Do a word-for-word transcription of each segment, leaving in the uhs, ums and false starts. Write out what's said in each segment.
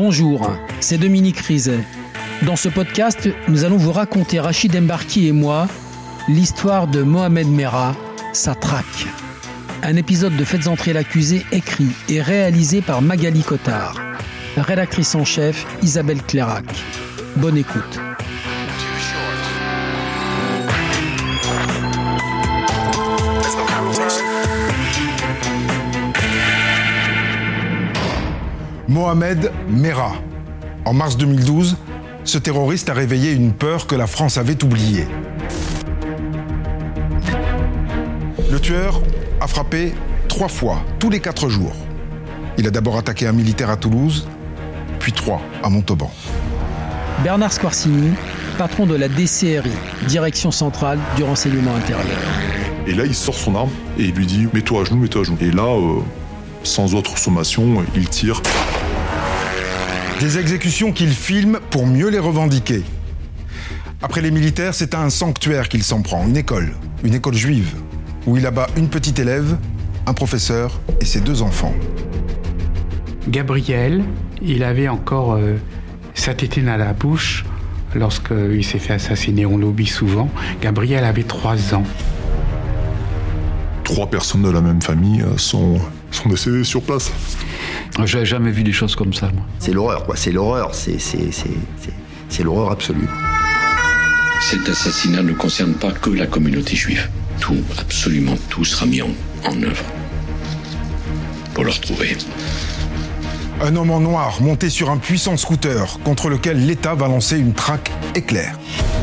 Bonjour, c'est Dominique Rizet. Dans ce podcast, nous allons vous raconter, Rachid Embarki et moi, l'histoire de Mohamed Merah, sa traque. Un épisode de Faites entrer l'accusé écrit et réalisé par Magali Cotard. Rédactrice en chef, Isabelle Clairac. Bonne écoute. Mohamed Merah. En mars deux mille douze, ce terroriste a réveillé une peur que la France avait oubliée. Le tueur a frappé trois fois, tous les quatre jours. Il a d'abord attaqué un militaire à Toulouse, puis trois à Montauban. Bernard Squarcini, patron de la D C R I, Direction Centrale du Renseignement Intérieur. Et là, il sort son arme et il lui dit « mets-toi à genoux, mets-toi à genoux ». Et là, euh, sans autre sommation, il tire. Des exécutions qu'il filme pour mieux les revendiquer. Après les militaires, c'est à un sanctuaire qu'il s'en prend, une école, une école juive, où il abat une petite élève, un professeur et ses deux enfants. Gabriel, il avait encore euh, sa tétine à la bouche lorsqu'il s'est fait assassiner. On l'oublie souvent. Gabriel avait trois ans. Trois personnes de la même famille sont, sont décédées sur place. J'avais jamais vu des choses comme ça, moi. C'est l'horreur, quoi. C'est l'horreur. C'est, c'est, c'est, c'est, c'est l'horreur absolue. Cet assassinat ne concerne pas que la communauté juive. Tout, absolument tout sera mis en, en œuvre pour le retrouver. Un homme en noir monté sur un puissant scooter contre lequel l'État va lancer une traque éclair.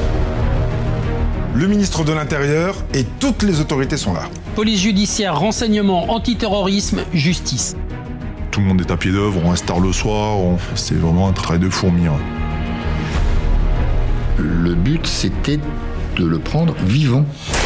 Le ministre de l'Intérieur et toutes les autorités sont là. Police judiciaire, renseignement, antiterrorisme, justice. Tout le monde est à pied d'œuvre, on reste tard le soir, on... c'est vraiment un travail de fourmi. Hein. Le but, c'était de le prendre vivant.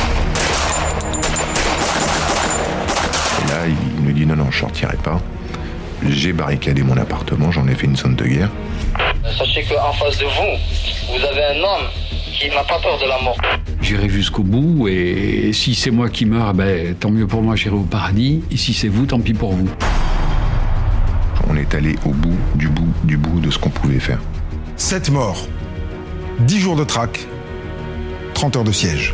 Et là, il nous dit non, non, je sortirai pas. J'ai barricadé mon appartement, j'en ai fait une zone de guerre. Sachez qu'en face de vous, vous avez un homme qui n'a pas peur de la mort. J'irai jusqu'au bout et si c'est moi qui meurs, ben, tant mieux pour moi, j'irai au paradis. Et si c'est vous, tant pis pour vous. On est allé au bout, du bout, du bout de ce qu'on pouvait faire. Sept morts, dix jours de traque, trente heures de siège.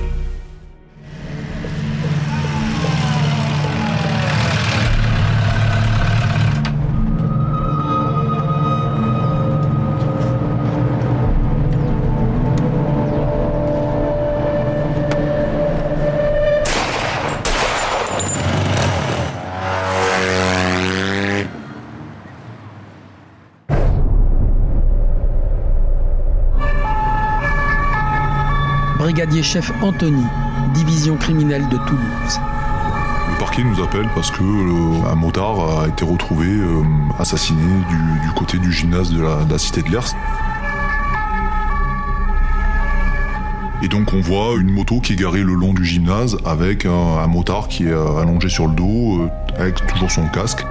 Brigadier chef Anthony, division criminelle de Toulouse. Le parquet nous appelle parce que euh, un motard a été retrouvé euh, assassiné du, du côté du gymnase de la, de la cité de l'Erst. Et donc on voit une moto qui est garée le long du gymnase avec un, un motard qui est allongé sur le dos euh, avec toujours son casque.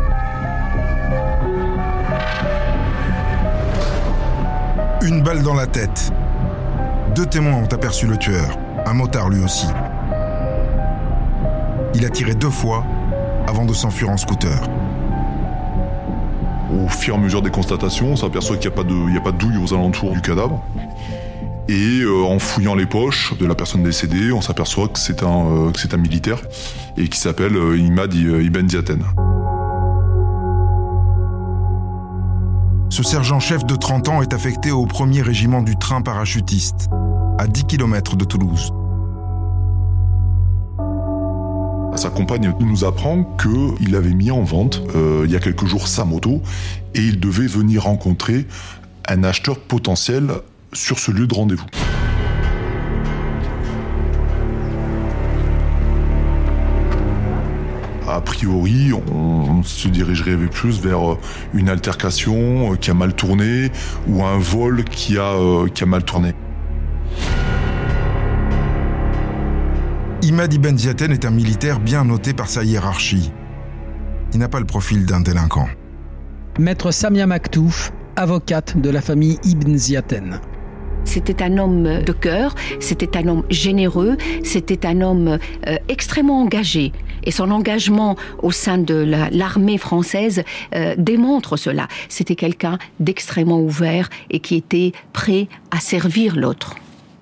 Une balle dans la tête. Deux témoins ont aperçu le tueur, un motard lui aussi. Il a tiré deux fois avant de s'enfuir en scooter. Au fur et à mesure des constatations, on s'aperçoit qu'il n'y a pas de, il n'y a pas de douille aux alentours du cadavre. Et euh, en fouillant les poches de la personne décédée, on s'aperçoit que c'est un, euh, que c'est un militaire et qui s'appelle euh, Imad Ibn Ziaten. Ce sergent-chef de trente ans est affecté au premier régiment du train parachutiste, à dix kilomètres de Toulouse. Sa compagne nous apprend qu'il avait mis en vente, euh, il y a quelques jours, sa moto, et il devait venir rencontrer un acheteur potentiel sur ce lieu de rendez-vous. A priori, on se dirigerait plus vers une altercation qui a mal tourné ou un vol qui a, euh, qui a mal tourné. Imad Ibn Ziaten est un militaire bien noté par sa hiérarchie. Il n'a pas le profil d'un délinquant. Maître Samia Maktouf, avocate de la famille Ibn Ziaten. C'était un homme de cœur, c'était un homme généreux, c'était un homme euh, extrêmement engagé. Et son engagement au sein de la, l'armée française euh, démontre cela. C'était quelqu'un d'extrêmement ouvert et qui était prêt à servir l'autre.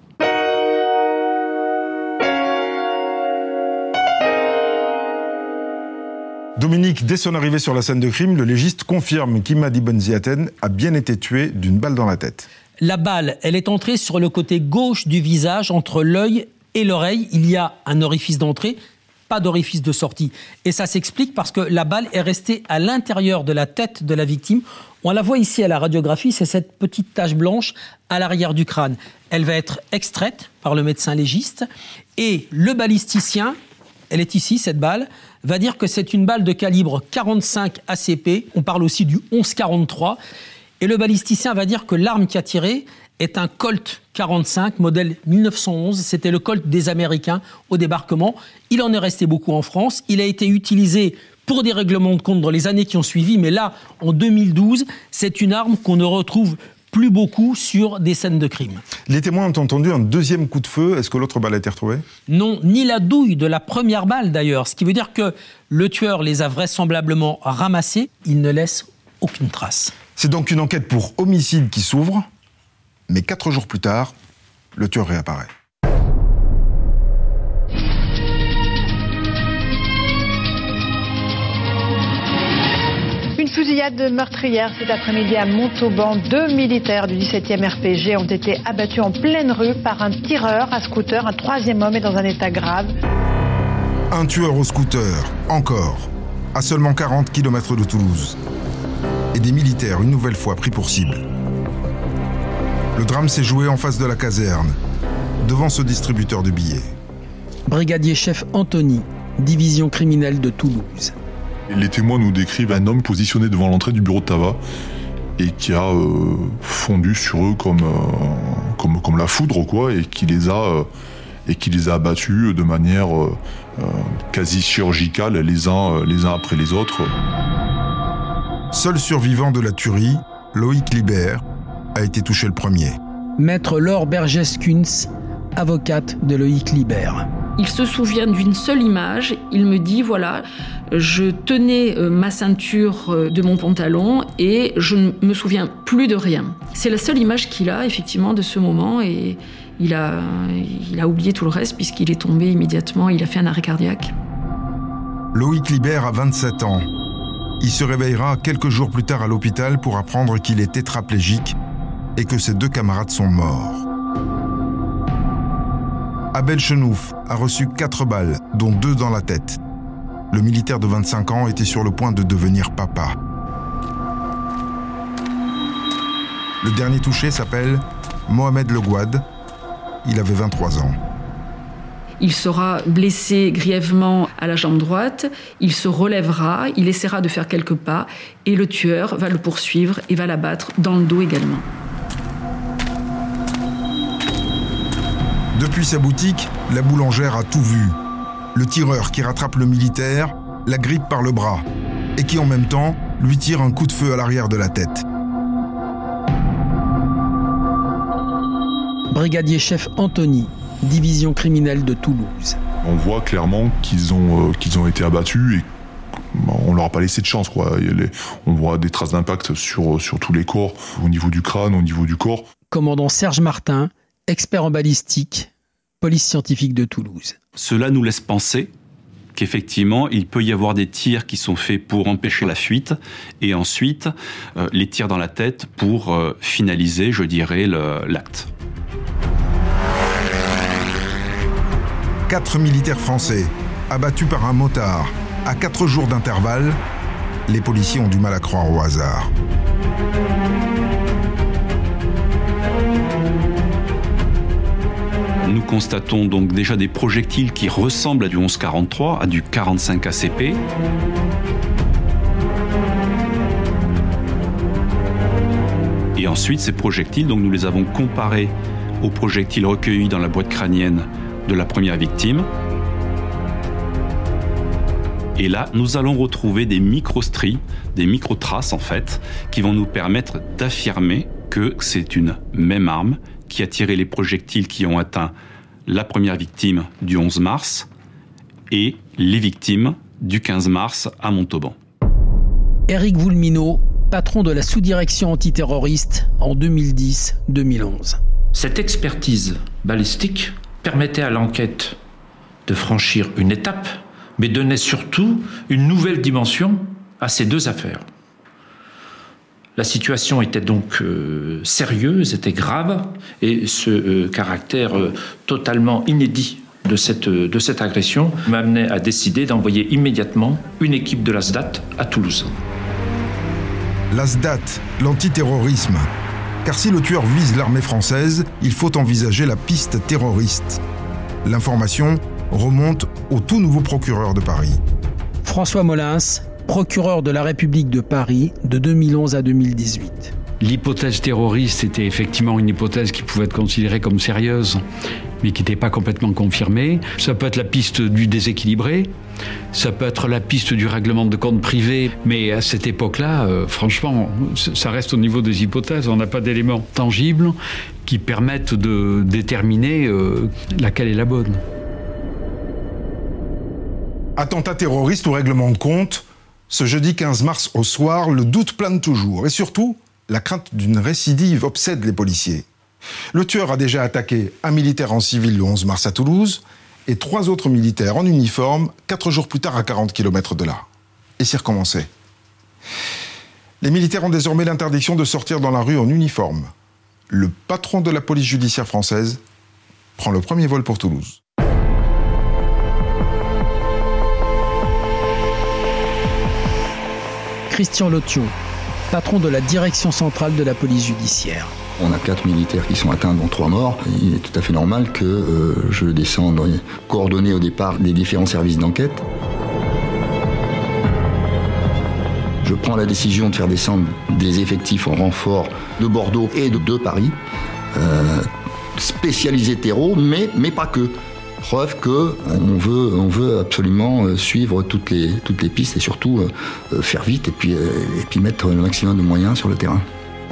Dominique, dès son arrivée sur la scène de crime, le légiste confirme qu'Imad Ibn Ziaten a bien été tué d'une balle dans la tête. La balle, elle est entrée sur le côté gauche du visage, entre l'œil et l'oreille. Il y a un orifice d'entrée, pas d'orifice de sortie. Et ça s'explique parce que la balle est restée à l'intérieur de la tête de la victime. On la voit ici à la radiographie, c'est cette petite tache blanche à l'arrière du crâne. Elle va être extraite par le médecin légiste et le balisticien, elle est ici, cette balle, va dire que c'est une balle de calibre quarante-cinq A C P. On parle aussi du onze quarante-trois. Et le balisticien va dire que l'arme qui a tiré est un Colt quarante-cinq, modèle mille neuf cent onze. C'était le Colt des Américains au débarquement. Il en est resté beaucoup en France. Il a été utilisé pour des règlements de compte dans les années qui ont suivi. Mais là, en deux mille douze, c'est une arme qu'on ne retrouve plus beaucoup sur des scènes de crime. Les témoins ont entendu un deuxième coup de feu. Est-ce que l'autre balle a été retrouvée ? Non, ni la douille de la première balle d'ailleurs. Ce qui veut dire que le tueur les a vraisemblablement ramassées. Il ne laisse aucune trace. C'est donc une enquête pour homicide qui s'ouvre. Mais quatre jours plus tard, le tueur réapparaît. Une fusillade meurtrière cet après-midi à Montauban. Deux militaires du dix-septième R P G ont été abattus en pleine rue par un tireur à scooter. Un troisième homme est dans un état grave. Un tueur au scooter, encore, à seulement quarante kilomètres de Toulouse. Et des militaires, une nouvelle fois, pris pour cible. Le drame s'est joué en face de la caserne, devant ce distributeur de billets. Brigadier-chef Anthony, division criminelle de Toulouse. Les témoins nous décrivent un homme positionné devant l'entrée du bureau de tabac et qui a euh, fondu sur eux comme, euh, comme, comme la foudre, quoi, et qui les a, euh, et qui les a abattus de manière euh, euh, quasi chirurgicale, les uns, euh, les uns après les autres. Seul survivant de la tuerie, Loïc Libert, a été touché le premier. Maître Laure Bergès-Kunz, avocate de Loïc Libert. Il se souvient d'une seule image. Il me dit, voilà, je tenais ma ceinture de mon pantalon et je ne me souviens plus de rien. C'est la seule image qu'il a, effectivement, de ce moment. Et il a, il a oublié tout le reste puisqu'il est tombé immédiatement. Il a fait un arrêt cardiaque. Loïc Libert a vingt-sept ans. Il se réveillera quelques jours plus tard à l'hôpital pour apprendre qu'il est tétraplégique et que ses deux camarades sont morts. Abel Chenouf a reçu quatre balles, dont deux dans la tête. Le militaire de vingt-cinq ans était sur le point de devenir papa. Le dernier touché s'appelle Mohamed Legouad. Il avait vingt-trois ans. Il sera blessé grièvement à la jambe droite, il se relèvera, il essaiera de faire quelques pas et le tueur va le poursuivre et va l'abattre dans le dos également. Depuis sa boutique, la boulangère a tout vu. Le tireur qui rattrape le militaire la grippe par le bras et qui en même temps lui tire un coup de feu à l'arrière de la tête. Brigadier-chef Anthony, division criminelle de Toulouse. On voit clairement qu'ils ont, euh, qu'ils ont été abattus et on leur a pas laissé de chance, quoi. Les, on voit des traces d'impact sur, sur tous les corps, au niveau du crâne, au niveau du corps. Commandant Serge Martin, expert en balistique, police scientifique de Toulouse. Cela nous laisse penser qu'effectivement, il peut y avoir des tirs qui sont faits pour empêcher la fuite et ensuite euh, les tirs dans la tête pour euh, finaliser, je dirais, le, l'acte. Quatre militaires français, abattus par un motard, à quatre jours d'intervalle, les policiers ont du mal à croire au hasard. Nous constatons donc déjà des projectiles qui ressemblent à du onze quarante-trois, à du quarante-cinq A C P. Et ensuite, ces projectiles, donc nous les avons comparés aux projectiles recueillis dans la boîte crânienne de la première victime. Et là, nous allons retrouver des microstries, des microtraces en fait, qui vont nous permettre d'affirmer que c'est une même arme qui a tiré les projectiles qui ont atteint la première victime du onze mars et les victimes du quinze mars à Montauban. Éric Woulminaud, patron de la sous-direction antiterroriste en deux mille dix deux mille onze. Cette expertise balistique permettait à l'enquête de franchir une étape, mais donnait surtout une nouvelle dimension à ces deux affaires. La situation était donc euh, sérieuse, était grave, et ce euh, caractère euh, totalement inédit de cette, euh, de cette agression m'amenait à décider d'envoyer immédiatement une équipe de l'A S D A T à Toulouse. L'A S D A T, l'antiterrorisme. Car si le tueur vise l'armée française, il faut envisager la piste terroriste. L'information remonte au tout nouveau procureur de Paris. François Molins, procureur de la République de Paris de deux mille onze à deux mille dix-huit. L'hypothèse terroriste était effectivement une hypothèse qui pouvait être considérée comme sérieuse, mais qui n'était pas complètement confirmée. Ça peut être la piste du déséquilibré, ça peut être la piste du règlement de compte privé, mais à cette époque-là, euh, franchement, ça reste au niveau des hypothèses. On n'a pas d'éléments tangibles qui permettent de déterminer euh, laquelle est la bonne. Attentat terroriste ou règlement de compte, ce jeudi quinze mars au soir, le doute plane toujours. Et surtout, la crainte d'une récidive obsède les policiers. Le tueur a déjà attaqué un militaire en civil le onze mars à Toulouse et trois autres militaires en uniforme quatre jours plus tard à quarante kilomètres de là. Et s'y recommençait. Les militaires ont désormais l'interdiction de sortir dans la rue en uniforme. Le patron de la police judiciaire française prend le premier vol pour Toulouse. Christian Lotion, patron de la direction centrale de la police judiciaire. On a quatre militaires qui sont atteints, dont trois morts. Il est tout à fait normal que euh, je descende coordonner au départ les différents services d'enquête. Je prends la décision de faire descendre des effectifs en renfort de Bordeaux et de, de Paris, euh, spécialisés terreau, mais, mais pas que. Preuve qu'on veut, on veut absolument suivre toutes les, toutes les pistes et surtout euh, faire vite et puis, euh, et puis mettre le maximum de moyens sur le terrain.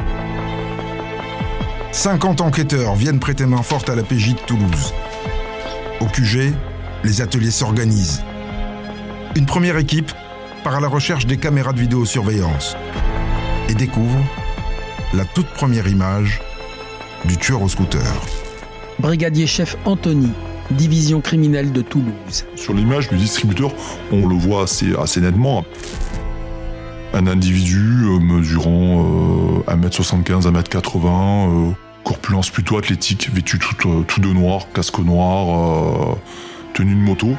cinquante enquêteurs viennent prêter main forte à la P J de Toulouse. Au Q G, les ateliers s'organisent. Une première équipe part à la recherche des caméras de vidéosurveillance et découvre la toute première image du tueur au scooter. Brigadier chef Anthony, division criminelle de Toulouse. Sur l'image du distributeur, on le voit assez, assez nettement. Un individu euh, mesurant euh, un mètre soixante-quinze, un mètre quatre-vingts, euh, corpulence plutôt athlétique, vêtu tout, euh, tout de noir, casque noir, euh, tenue de moto.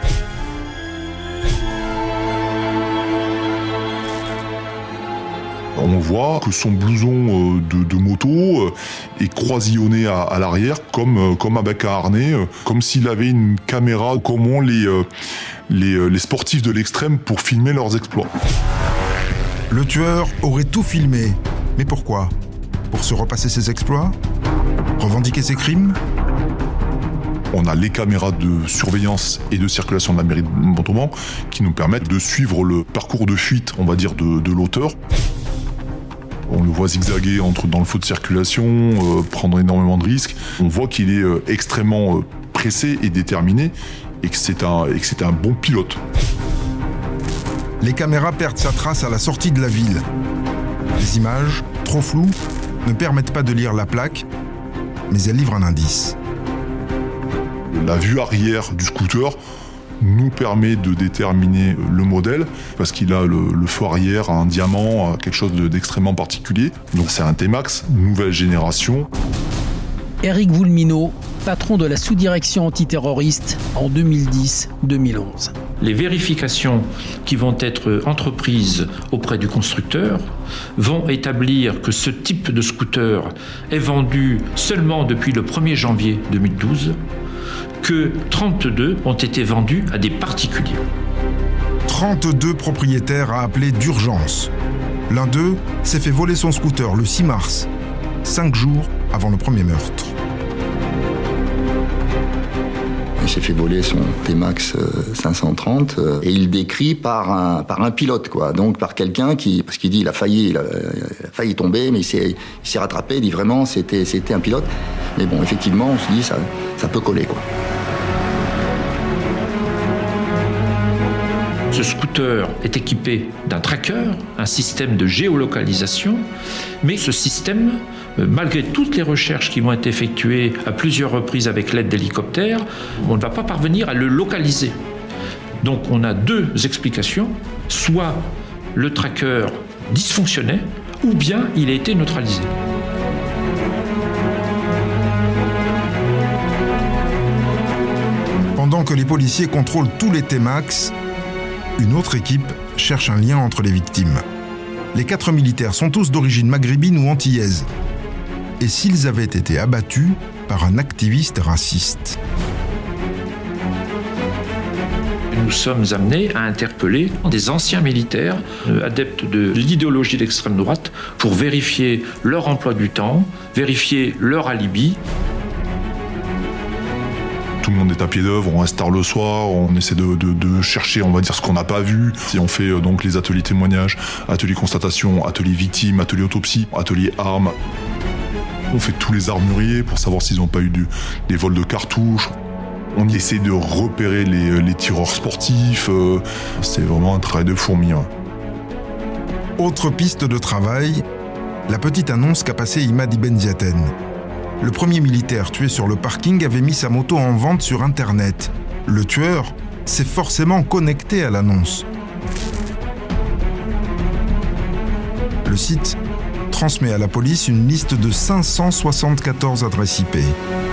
On voit que son blouson de, de moto est croisillonné à, à l'arrière comme, comme avec un harnais, comme s'il avait une caméra, comme ont les, les, les sportifs de l'extrême pour filmer leurs exploits. Le tueur aurait tout filmé. Mais pourquoi ? Pour se repasser ses exploits ? Revendiquer ses crimes ? On a les caméras de surveillance et de circulation de la mairie de Montauban qui nous permettent de suivre le parcours de fuite, on va dire, de, de l'auteur. On le voit zigzaguer entre dans le feu de circulation, euh, prendre énormément de risques. On voit qu'il est euh, extrêmement euh, pressé et déterminé et que c'est un, et que c'est un bon pilote. Les caméras perdent sa trace à la sortie de la ville. Les images, trop floues, ne permettent pas de lire la plaque, mais elles livrent un indice. La vue arrière du scooter nous permet de déterminer le modèle parce qu'il a le, le feu arrière, un diamant, quelque chose de, d'extrêmement particulier. Donc c'est un T-Max, nouvelle génération. Éric Woulminaud, patron de la sous-direction antiterroriste en deux mille dix deux mille onze. Les vérifications qui vont être entreprises auprès du constructeur vont établir que ce type de scooter est vendu seulement depuis le premier janvier deux mille douze, que trente-deux ont été vendus à des particuliers. trente-deux propriétaires à appeler d'urgence. L'un d'eux s'est fait voler son scooter le six mars, cinq jours avant le premier meurtre. Il s'est fait voler son T-Max cinq cent trente euh, et il décrit par un, par un pilote, quoi. Donc par quelqu'un qui, parce qu'il dit il a failli, il a, il a failli tomber, mais il s'est, il s'est rattrapé, il dit vraiment c'était, c'était un pilote. Mais bon, effectivement, on se dit ça, ça peut coller, quoi. Ce scooter est équipé d'un tracker, un système de géolocalisation, mais ce système, malgré toutes les recherches qui vont être effectuées à plusieurs reprises avec l'aide d'hélicoptères, on ne va pas parvenir à le localiser. Donc on a deux explications, soit le tracker dysfonctionnait, ou bien il a été neutralisé. Pendant que les policiers contrôlent tous les T-Max, une autre équipe cherche un lien entre les victimes. Les quatre militaires sont tous d'origine maghrébine ou antillaise. Et s'ils avaient été abattus par un activiste raciste ? Nous sommes amenés à interpeller des anciens militaires euh, adeptes de l'idéologie d'extrême droite pour vérifier leur emploi du temps, vérifier leur alibi. Tout le monde est à pied d'œuvre, on reste tard le soir, on essaie de, de, de chercher, on va dire, ce qu'on n'a pas vu. Si on fait euh, donc les ateliers témoignages, ateliers constatation, ateliers victimes, ateliers autopsie, ateliers armes. On fait tous les armuriers pour savoir s'ils n'ont pas eu du, des vols de cartouches. On essaie de repérer les, les tireurs sportifs. Euh, c'est vraiment un travail de fourmi. Hein. Autre piste de travail, la petite annonce qu'a passée Imad Ibn Ziaten. Le premier militaire tué sur le parking avait mis sa moto en vente sur Internet. Le tueur s'est forcément connecté à l'annonce. Le site transmet à la police une liste de cinq cent soixante-quatorze adresses I P.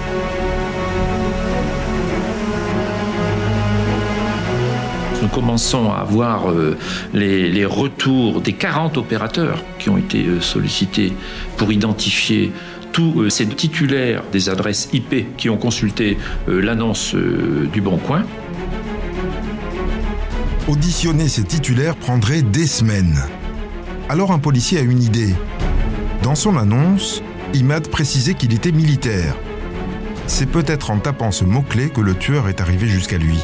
Nous commençons à avoir euh, les, les retours des quarante opérateurs qui ont été euh, sollicités pour identifier tous euh, ces titulaires des adresses I P qui ont consulté euh, l'annonce euh, du Bon Coin. Auditionner ces titulaires prendrait des semaines. Alors un policier a une idée. Dans son annonce, Imad précisait qu'il était militaire. C'est peut-être en tapant ce mot-clé que le tueur est arrivé jusqu'à lui.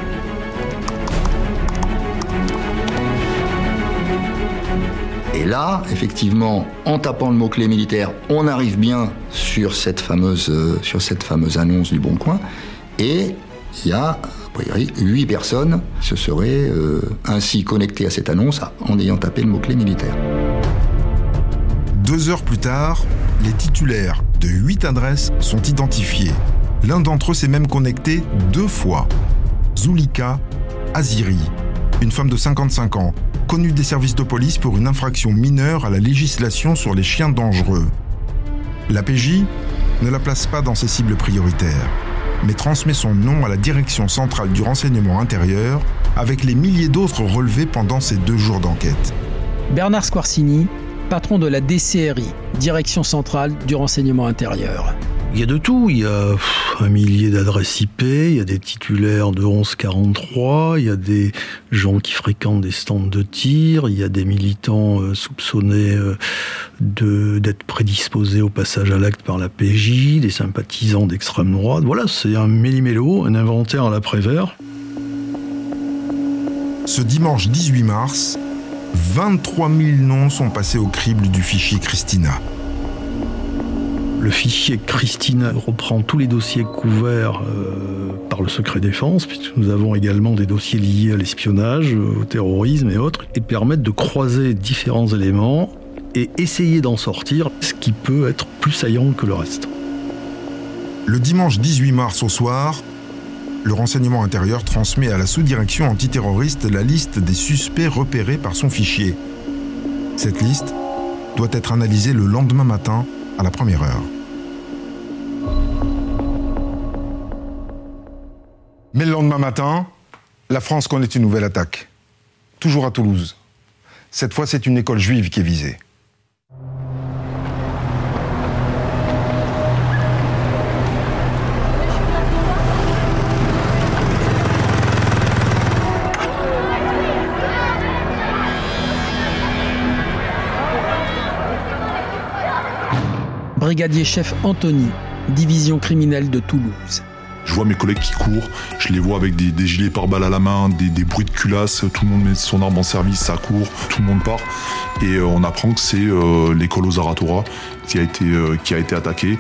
Et là, effectivement, en tapant le mot-clé militaire, on arrive bien sur cette fameuse, euh, sur cette fameuse annonce du Bon Coin. Et il y a, a priori, huit personnes qui se seraient euh, ainsi connectées à cette annonce en ayant tapé le mot-clé militaire. Deux heures plus tard, les titulaires de huit adresses sont identifiés. L'un d'entre eux s'est même connecté deux fois. Zulika Aziri, une femme de cinquante-cinq ans, connue des services de police pour une infraction mineure à la législation sur les chiens dangereux. La P J ne la place pas dans ses cibles prioritaires, mais transmet son nom à la Direction centrale du renseignement intérieur avec les milliers d'autres relevés pendant ces deux jours d'enquête. Bernard Squarcini, patron de la D C R I, Direction centrale du renseignement intérieur. Il y a de tout, il y a un millier d'adresses I P, il y a des titulaires de onze quarante-trois, il y a des gens qui fréquentent des stands de tir, il y a des militants euh, soupçonnés euh, de, d'être prédisposés au passage à l'acte par la P J, des sympathisants d'extrême droite. Voilà, c'est un méli-mélo, un inventaire à la Prévert. Ce dimanche dix-huit mars, vingt-trois mille noms sont passés au crible du fichier Christina. Le fichier Christina reprend tous les dossiers couverts euh, par le secret défense, puisque nous avons également des dossiers liés à l'espionnage, au terrorisme et autres, et permettent de croiser différents éléments et essayer d'en sortir ce qui peut être plus saillant que le reste. Le dimanche dix-huit mars au soir, le renseignement intérieur transmet à la sous-direction antiterroriste la liste des suspects repérés par son fichier. Cette liste doit être analysée le lendemain matin à la première heure. Mais le lendemain matin, la France connaît une nouvelle attaque. Toujours à Toulouse. Cette fois, c'est une école juive qui est visée. Brigadier chef Anthony, division criminelle de Toulouse. Je vois mes collègues qui courent, je les vois avec des, des gilets pare-balles à la main, des, des bruits de culasse, tout le monde met son arme en service, ça court, tout le monde part. Et euh, on apprend que c'est euh, l'école aux Aratora qui a été, euh, qui a été attaquée.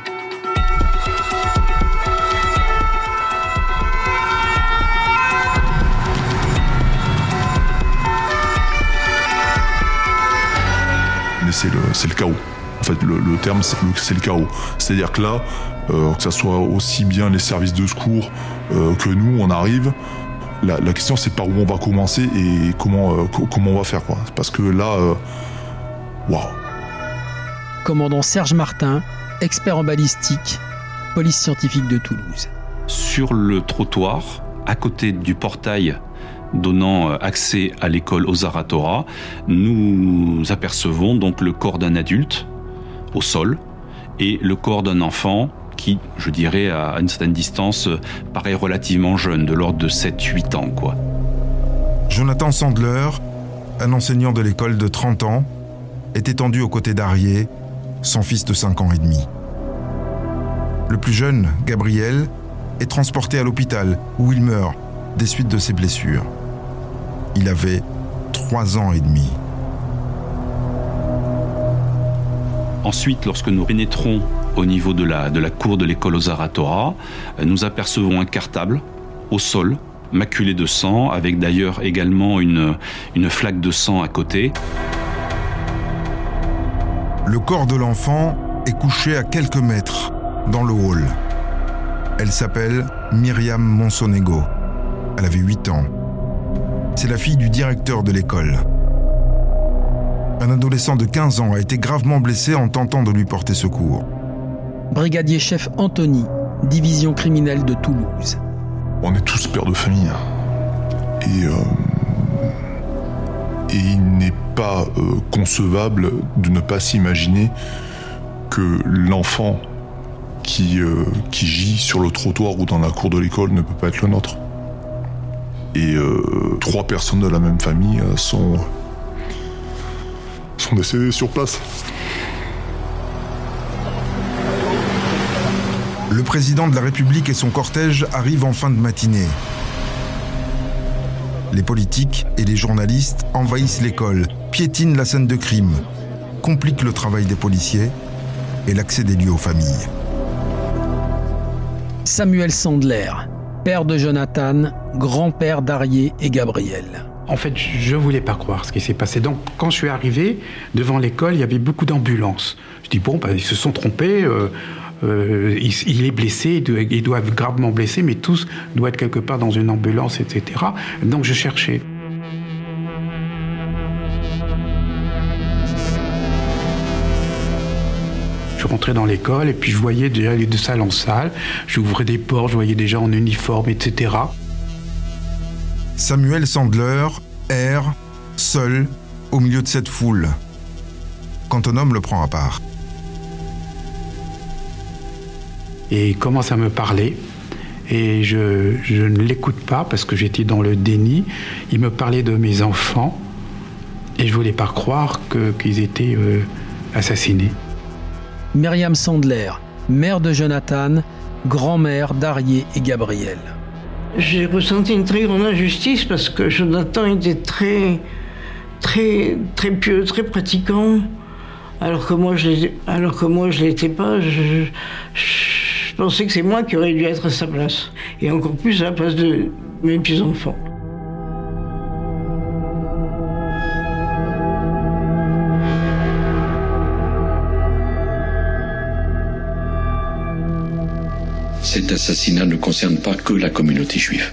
c'est le, c'est le chaos. En fait, le, le terme, c'est le, c'est le chaos. C'est-à-dire que là, euh, que ça soit aussi bien les services de secours euh, que nous, on arrive. La, la question, c'est par où on va commencer et comment, euh, comment on va faire, quoi. Parce que là, waouh. Wow. Commandant Serge Martin, expert en balistique, police scientifique de Toulouse. Sur le trottoir, à côté du portail donnant accès à l'école Ozar Hatorah, nous apercevons donc le corps d'un adulte au sol et le corps d'un enfant qui, je dirais, à une certaine distance, paraît relativement jeune, de l'ordre de sept huit ans, quoi. Jonathan Sandler, un enseignant de l'école de trente ans, est étendu aux côtés d'Arié, son fils de cinq ans et demi. Le plus jeune, Gabriel, est transporté à l'hôpital où il meurt des suites de ses blessures. Il avait trois ans et demi. Ensuite, lorsque nous pénétrons au niveau de la, de la cour de l'école Ozar Hatorah, nous apercevons un cartable au sol, maculé de sang, avec d'ailleurs également une, une flaque de sang à côté. Le corps de l'enfant est couché à quelques mètres dans le hall. Elle s'appelle Myriam Monsonego. Elle avait huit ans. C'est la fille du directeur de l'école. Un adolescent de quinze ans a été gravement blessé en tentant de lui porter secours. Brigadier chef Anthony, division criminelle de Toulouse. On est tous pères de famille. Et, euh, et il n'est pas euh, concevable de ne pas s'imaginer que l'enfant qui, euh, qui gît sur le trottoir ou dans la cour de l'école ne peut pas être le nôtre. Et euh, trois personnes de la même famille euh, sont, sont décédées sur place. Le président de la République et son cortège arrivent en fin de matinée. Les politiques et les journalistes envahissent l'école, piétinent la scène de crime, compliquent le travail des policiers et l'accès des lieux aux familles. Samuel Sandler, père de Jonathan, grand-père d'Arié et Gabriel. En fait, je ne voulais pas croire ce qui s'est passé. Donc, quand je suis arrivé devant l'école, il y avait beaucoup d'ambulances. Je dis, bon, bah, ils se sont trompés, euh, euh, il, il est blessé, il doit être gravement blessé, mais tous doivent être quelque part dans une ambulance, et cetera. Donc, je cherchais. Je suis rentré dans l'école et puis je voyais déjà aller de salle en salle. J'ouvrais des portes, je voyais des gens en uniforme, et cetera. Samuel Sandler erre, seul, au milieu de cette foule. Quand un homme le prend à part. Et il commence à me parler. Et je, je ne l'écoute pas parce que j'étais dans le déni. Il me parlait de mes enfants. Et je ne voulais pas croire que, qu'ils étaient euh, assassinés. Myriam Sandler, mère de Jonathan, grand-mère d'Arié et Gabriel. J'ai ressenti une très grande injustice parce que Jonathan était très, très, très pieux, très pratiquant, alors que moi je l'ai, alors que moi je l'étais pas. Je, je pensais que c'est moi qui aurais dû être à sa place, et encore plus à la place de mes petits-enfants. Cet assassinat ne concerne pas que la communauté juive.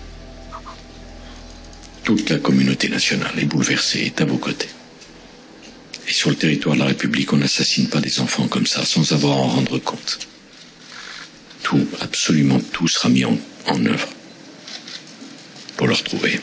Toute la communauté nationale est bouleversée, est à vos côtés. Et sur le territoire de la République, on n'assassine pas des enfants comme ça, sans avoir à en rendre compte. Tout, absolument tout sera mis en, en œuvre pour le retrouver.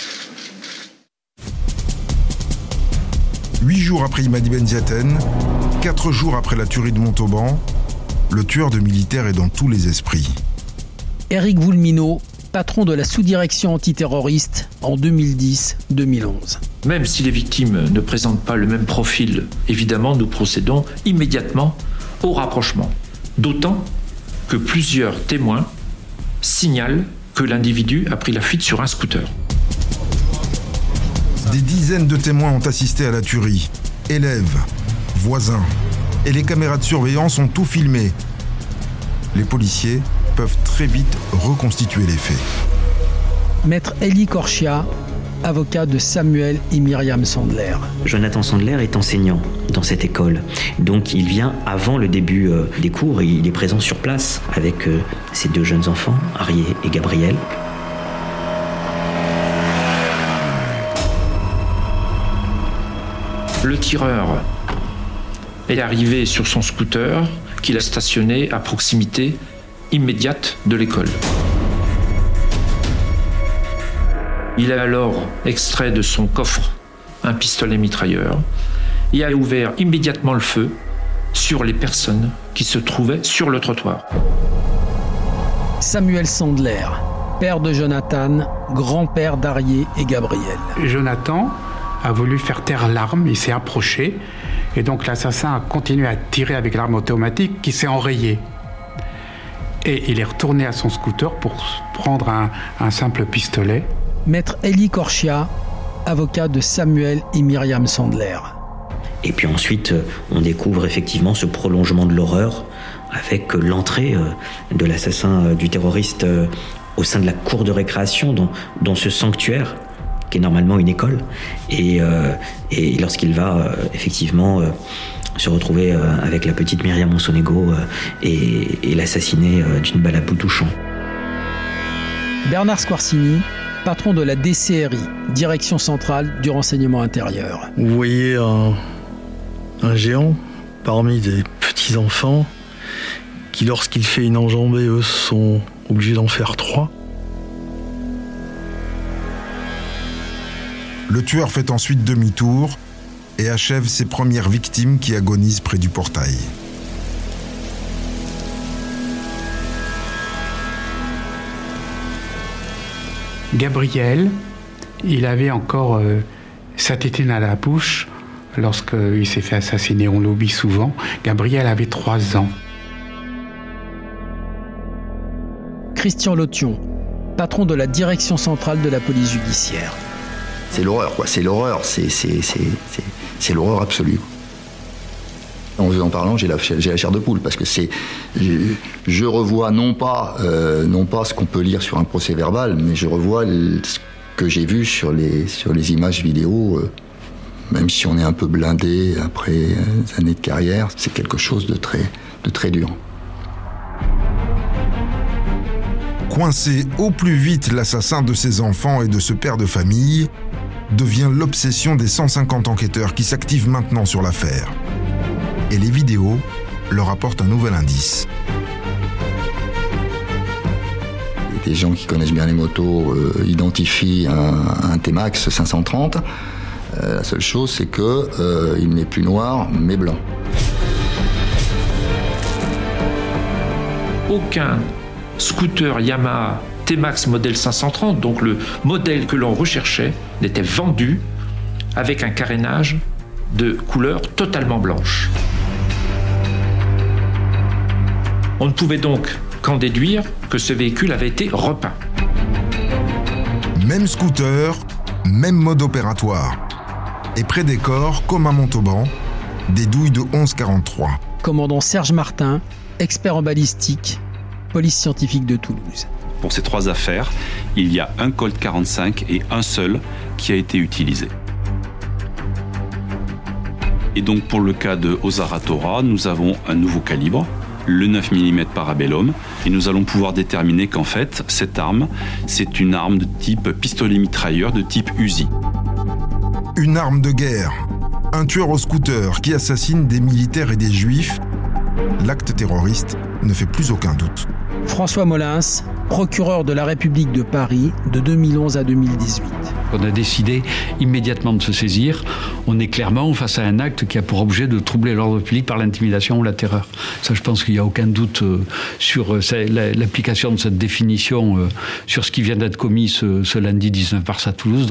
Huit jours après Imadi Ben Ziaten, quatre jours après la tuerie de Montauban, le tueur de militaires est dans tous les esprits. Éric Voulminot, patron de la sous-direction antiterroriste en deux mille dix deux mille onze. Même si les victimes ne présentent pas le même profil, évidemment, nous procédons immédiatement au rapprochement. D'autant que plusieurs témoins signalent que l'individu a pris la fuite sur un scooter. Des dizaines de témoins ont assisté à la tuerie. Élèves, voisins. Et les caméras de surveillance ont tout filmé. Les policiers peuvent très vite reconstituer les faits. Maître Elie Korchia, avocat de Samuel et Myriam Sandler. Jonathan Sandler est enseignant dans cette école. Donc il vient avant le début euh, des cours et il est présent sur place avec euh, ses deux jeunes enfants, Harry et Gabriel. Le tireur est arrivé sur son scooter qu'il a stationné à proximité immédiate de l'école. Il a alors extrait de son coffre un pistolet mitrailleur et a ouvert immédiatement le feu sur les personnes qui se trouvaient sur le trottoir. Samuel Sandler, père de Jonathan, grand-père d'Harry et Gabriel. Jonathan a voulu faire taire l'arme, il s'est approché, et donc l'assassin a continué à tirer avec l'arme automatique qui s'est enrayée. Et il est retourné à son scooter pour prendre un, un simple pistolet. Maître Elie Korchia, avocat de Samuel et Myriam Sandler. Et puis ensuite, on découvre effectivement ce prolongement de l'horreur avec l'entrée de l'assassin, du terroriste au sein de la cour de récréation, dans, dans ce sanctuaire qui est normalement une école. Et, euh, et lorsqu'il va euh, effectivement euh, se retrouver euh, avec la petite Myriam Monsonego euh, et, et l'assassiner euh, d'une balle à bout touchant. Bernard Squarcini, patron de la D C R I, Direction centrale du renseignement intérieur. Vous voyez un, un géant parmi des petits-enfants qui, lorsqu'il fait une enjambée, eux, sont obligés d'en faire trois. Le tueur fait ensuite demi-tour et achève ses premières victimes qui agonisent près du portail. Gabriel, il avait encore euh, sa tétine à la bouche lorsqu'il s'est fait assassiner, on l'oublie souvent. Gabriel avait trois ans. Christian Lotion, patron de la Direction centrale de la police judiciaire. C'est l'horreur, quoi. C'est l'horreur. C'est, c'est, c'est, c'est, c'est l'horreur absolue. En vous en parlant, j'ai la, j'ai la chair de poule, parce que c'est, je, je revois non pas, euh, non pas ce qu'on peut lire sur un procès verbal, mais je revois le, ce que j'ai vu sur les, sur les images vidéo. Euh, même si on est un peu blindé après des années de carrière, c'est quelque chose de très, de très dur. Coincer au plus vite l'assassin de ses enfants et de ce père de famille devient l'obsession des cent cinquante enquêteurs qui s'activent maintenant sur l'affaire. Et les vidéos leur apportent un nouvel indice. Des gens qui connaissent bien les motos euh, identifient un, un T-Max cinq cent trente. Euh, la seule chose, c'est qu'il euh, n'est plus noir, mais blanc. Aucun scooter Yamaha T-Max modèle cinq cent trente, donc le modèle que l'on recherchait, n'était vendu avec un carénage de couleur totalement blanche. On ne pouvait donc qu'en déduire que ce véhicule avait été repeint. Même scooter, même mode opératoire. Et près des corps, comme à Montauban, des douilles de onze quarante-trois. Commandant Serge Martin, expert en balistique, police scientifique de Toulouse. Pour ces trois affaires, il y a un Colt quarante-cinq et un seul qui a été utilisé. Et donc pour le cas de Ozara Tora, nous avons un nouveau calibre, le neuf millimètres Parabellum, et nous allons pouvoir déterminer qu'en fait, cette arme, c'est une arme de type pistolet mitrailleur, de type Uzi. Une arme de guerre, un tueur au scooter qui assassine des militaires et des juifs, l'acte terroriste ne fait plus aucun doute. François Molins, procureur de la République de Paris de deux mille onze à deux mille dix-huit. On a décidé immédiatement de se saisir. On est clairement face à un acte qui a pour objet de troubler l'ordre public par l'intimidation ou la terreur. Ça, je pense qu'il n'y a aucun doute sur l'application de cette définition sur ce qui vient d'être commis ce, ce lundi dix-neuf mars à Toulouse.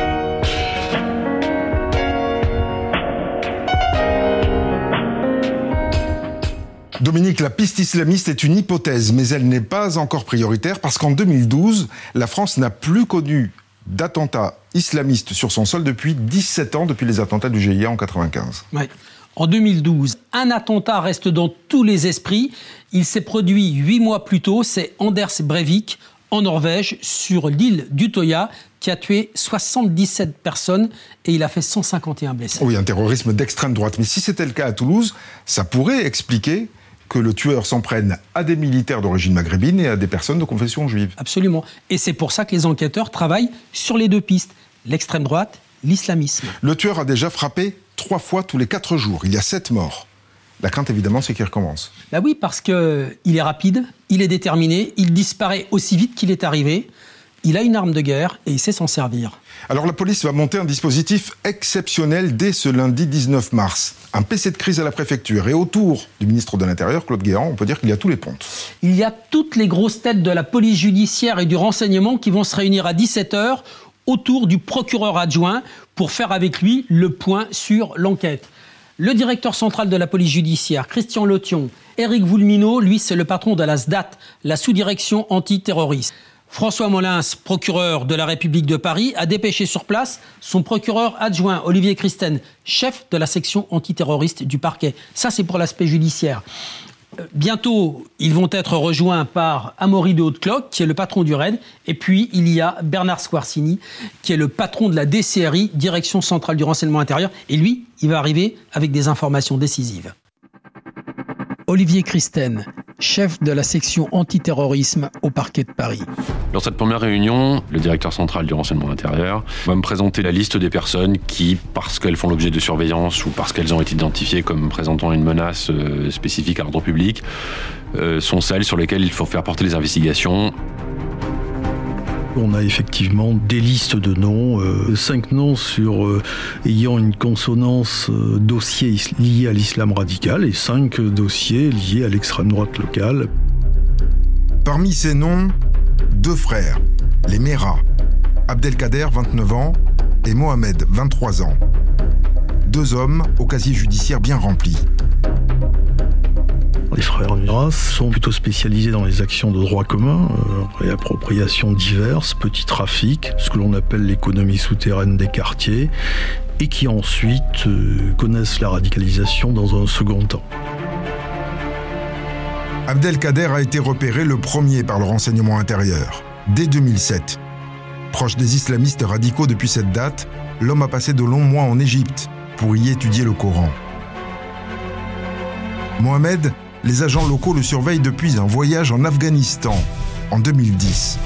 Dominique, la piste islamiste est une hypothèse, mais elle n'est pas encore prioritaire parce qu'en deux mille douze, la France n'a plus connu d'attentats islamistes sur son sol depuis dix-sept ans, depuis les attentats du G I A en quatre-vingt-quinze. Ouais. En deux mille douze, un attentat reste dans tous les esprits. Il s'est produit huit mois plus tôt, c'est Anders Breivik, en Norvège, sur l'île d'Utoya, qui a tué soixante-dix-sept personnes et il a fait cent cinquante et un blessés. Oui, un terrorisme d'extrême droite. Mais si c'était le cas à Toulouse, ça pourrait expliquer que le tueur s'en prenne à des militaires d'origine maghrébine et à des personnes de confession juive. Absolument. Et c'est pour ça que les enquêteurs travaillent sur les deux pistes, l'extrême droite, l'islamisme. Le tueur a déjà frappé trois fois tous les quatre jours. Il y a sept morts. La crainte, évidemment, c'est qu'il recommence. Bah oui, parce qu'il est rapide, il est déterminé, il disparaît aussi vite qu'il est arrivé. Il a une arme de guerre et il sait s'en servir. Alors la police va monter un dispositif exceptionnel dès ce lundi dix-neuf mars. Un P C de crise à la préfecture. Et autour du ministre de l'Intérieur, Claude Guéant, on peut dire qu'il y a tous les pontes. Il y a toutes les grosses têtes de la police judiciaire et du renseignement qui vont se réunir à dix-sept heures autour du procureur adjoint pour faire avec lui le point sur l'enquête. Le directeur central de la police judiciaire, Christian Lotion, Éric Voulminot, lui c'est le patron de la S D A T, la sous-direction antiterroriste. François Molins, procureur de la République de Paris, a dépêché sur place son procureur adjoint, Olivier Christen, chef de la section antiterroriste du parquet. Ça, c'est pour l'aspect judiciaire. Bientôt, ils vont être rejoints par Amaury de Hautecloque, qui est le patron du R A I D. Et puis, il y a Bernard Squarcini, qui est le patron de la D C R I, Direction Centrale du Renseignement Intérieur. Et lui, il va arriver avec des informations décisives. Olivier Christen, chef de la section antiterrorisme au parquet de Paris. Dans cette première réunion, le directeur central du renseignement intérieur va me présenter la liste des personnes qui, parce qu'elles font l'objet de surveillance ou parce qu'elles ont été identifiées comme présentant une menace spécifique à l'ordre public, sont celles sur lesquelles il faut faire porter les investigations. On a effectivement des listes de noms, euh, cinq noms sur euh, ayant une consonance euh, dossiers liés à l'islam radical et cinq euh, dossiers liés à l'extrême droite locale. Parmi ces noms, deux frères, les Mera, Abdelkader, vingt-neuf ans, et Mohamed, vingt-trois ans. Deux hommes au casier judiciaire bien rempli. Les frères Mera sont plutôt spécialisés dans les actions de droit commun, euh, réappropriation diverses, petits trafics, ce que l'on appelle l'économie souterraine des quartiers, et qui ensuite euh, connaissent la radicalisation dans un second temps. Abdelkader a été repéré le premier par le renseignement intérieur, dès deux mille sept. Proche des islamistes radicaux depuis cette date, l'homme a passé de longs mois en Égypte pour y étudier le Coran. Mohamed, les agents locaux le surveillent depuis un voyage en Afghanistan, en deux mille dix.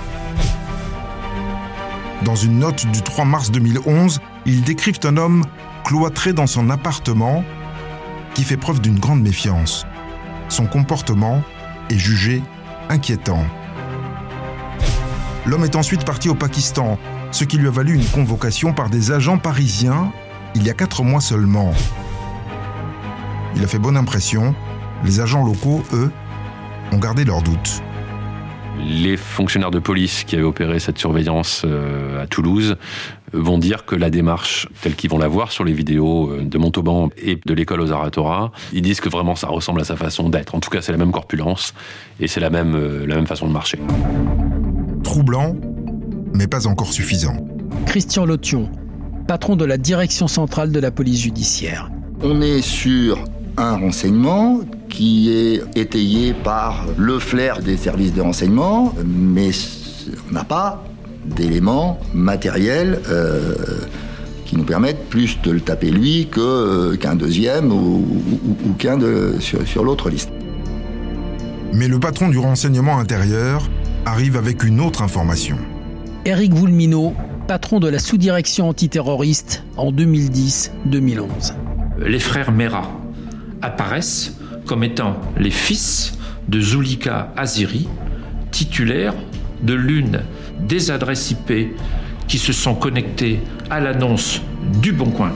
Dans une note du trois mars deux mille onze, ils décrivent un homme cloîtré dans son appartement qui fait preuve d'une grande méfiance. Son comportement est jugé inquiétant. L'homme est ensuite parti au Pakistan, ce qui lui a valu une convocation par des agents parisiens il y a quatre mois seulement. Il a fait bonne impression. Les agents locaux, eux, ont gardé leurs doutes. Les fonctionnaires de police qui avaient opéré cette surveillance à Toulouse vont dire que la démarche, telle qu'ils vont la voir sur les vidéos de Montauban et de l'école aux Aratora, ils disent que vraiment ça ressemble à sa façon d'être. En tout cas, c'est la même corpulence et c'est la même, la même façon de marcher. Troublant, mais pas encore suffisant. Christian Lotion, patron de la direction centrale de la police judiciaire. On est sur un renseignement qui est étayé par le flair des services de renseignement, mais on n'a pas d'éléments matériels euh, qui nous permettent plus de le taper lui que, euh, qu'un deuxième ou, ou, ou qu'un de, sur, sur l'autre liste. Mais le patron du renseignement intérieur arrive avec une autre information. Éric Voulminot, patron de la sous-direction antiterroriste en deux mille dix deux mille onze. Les frères Mera apparaissent comme étant les fils de Zulika Aziri, titulaire de l'une des adresses I P qui se sont connectées à l'annonce du Bon Coin.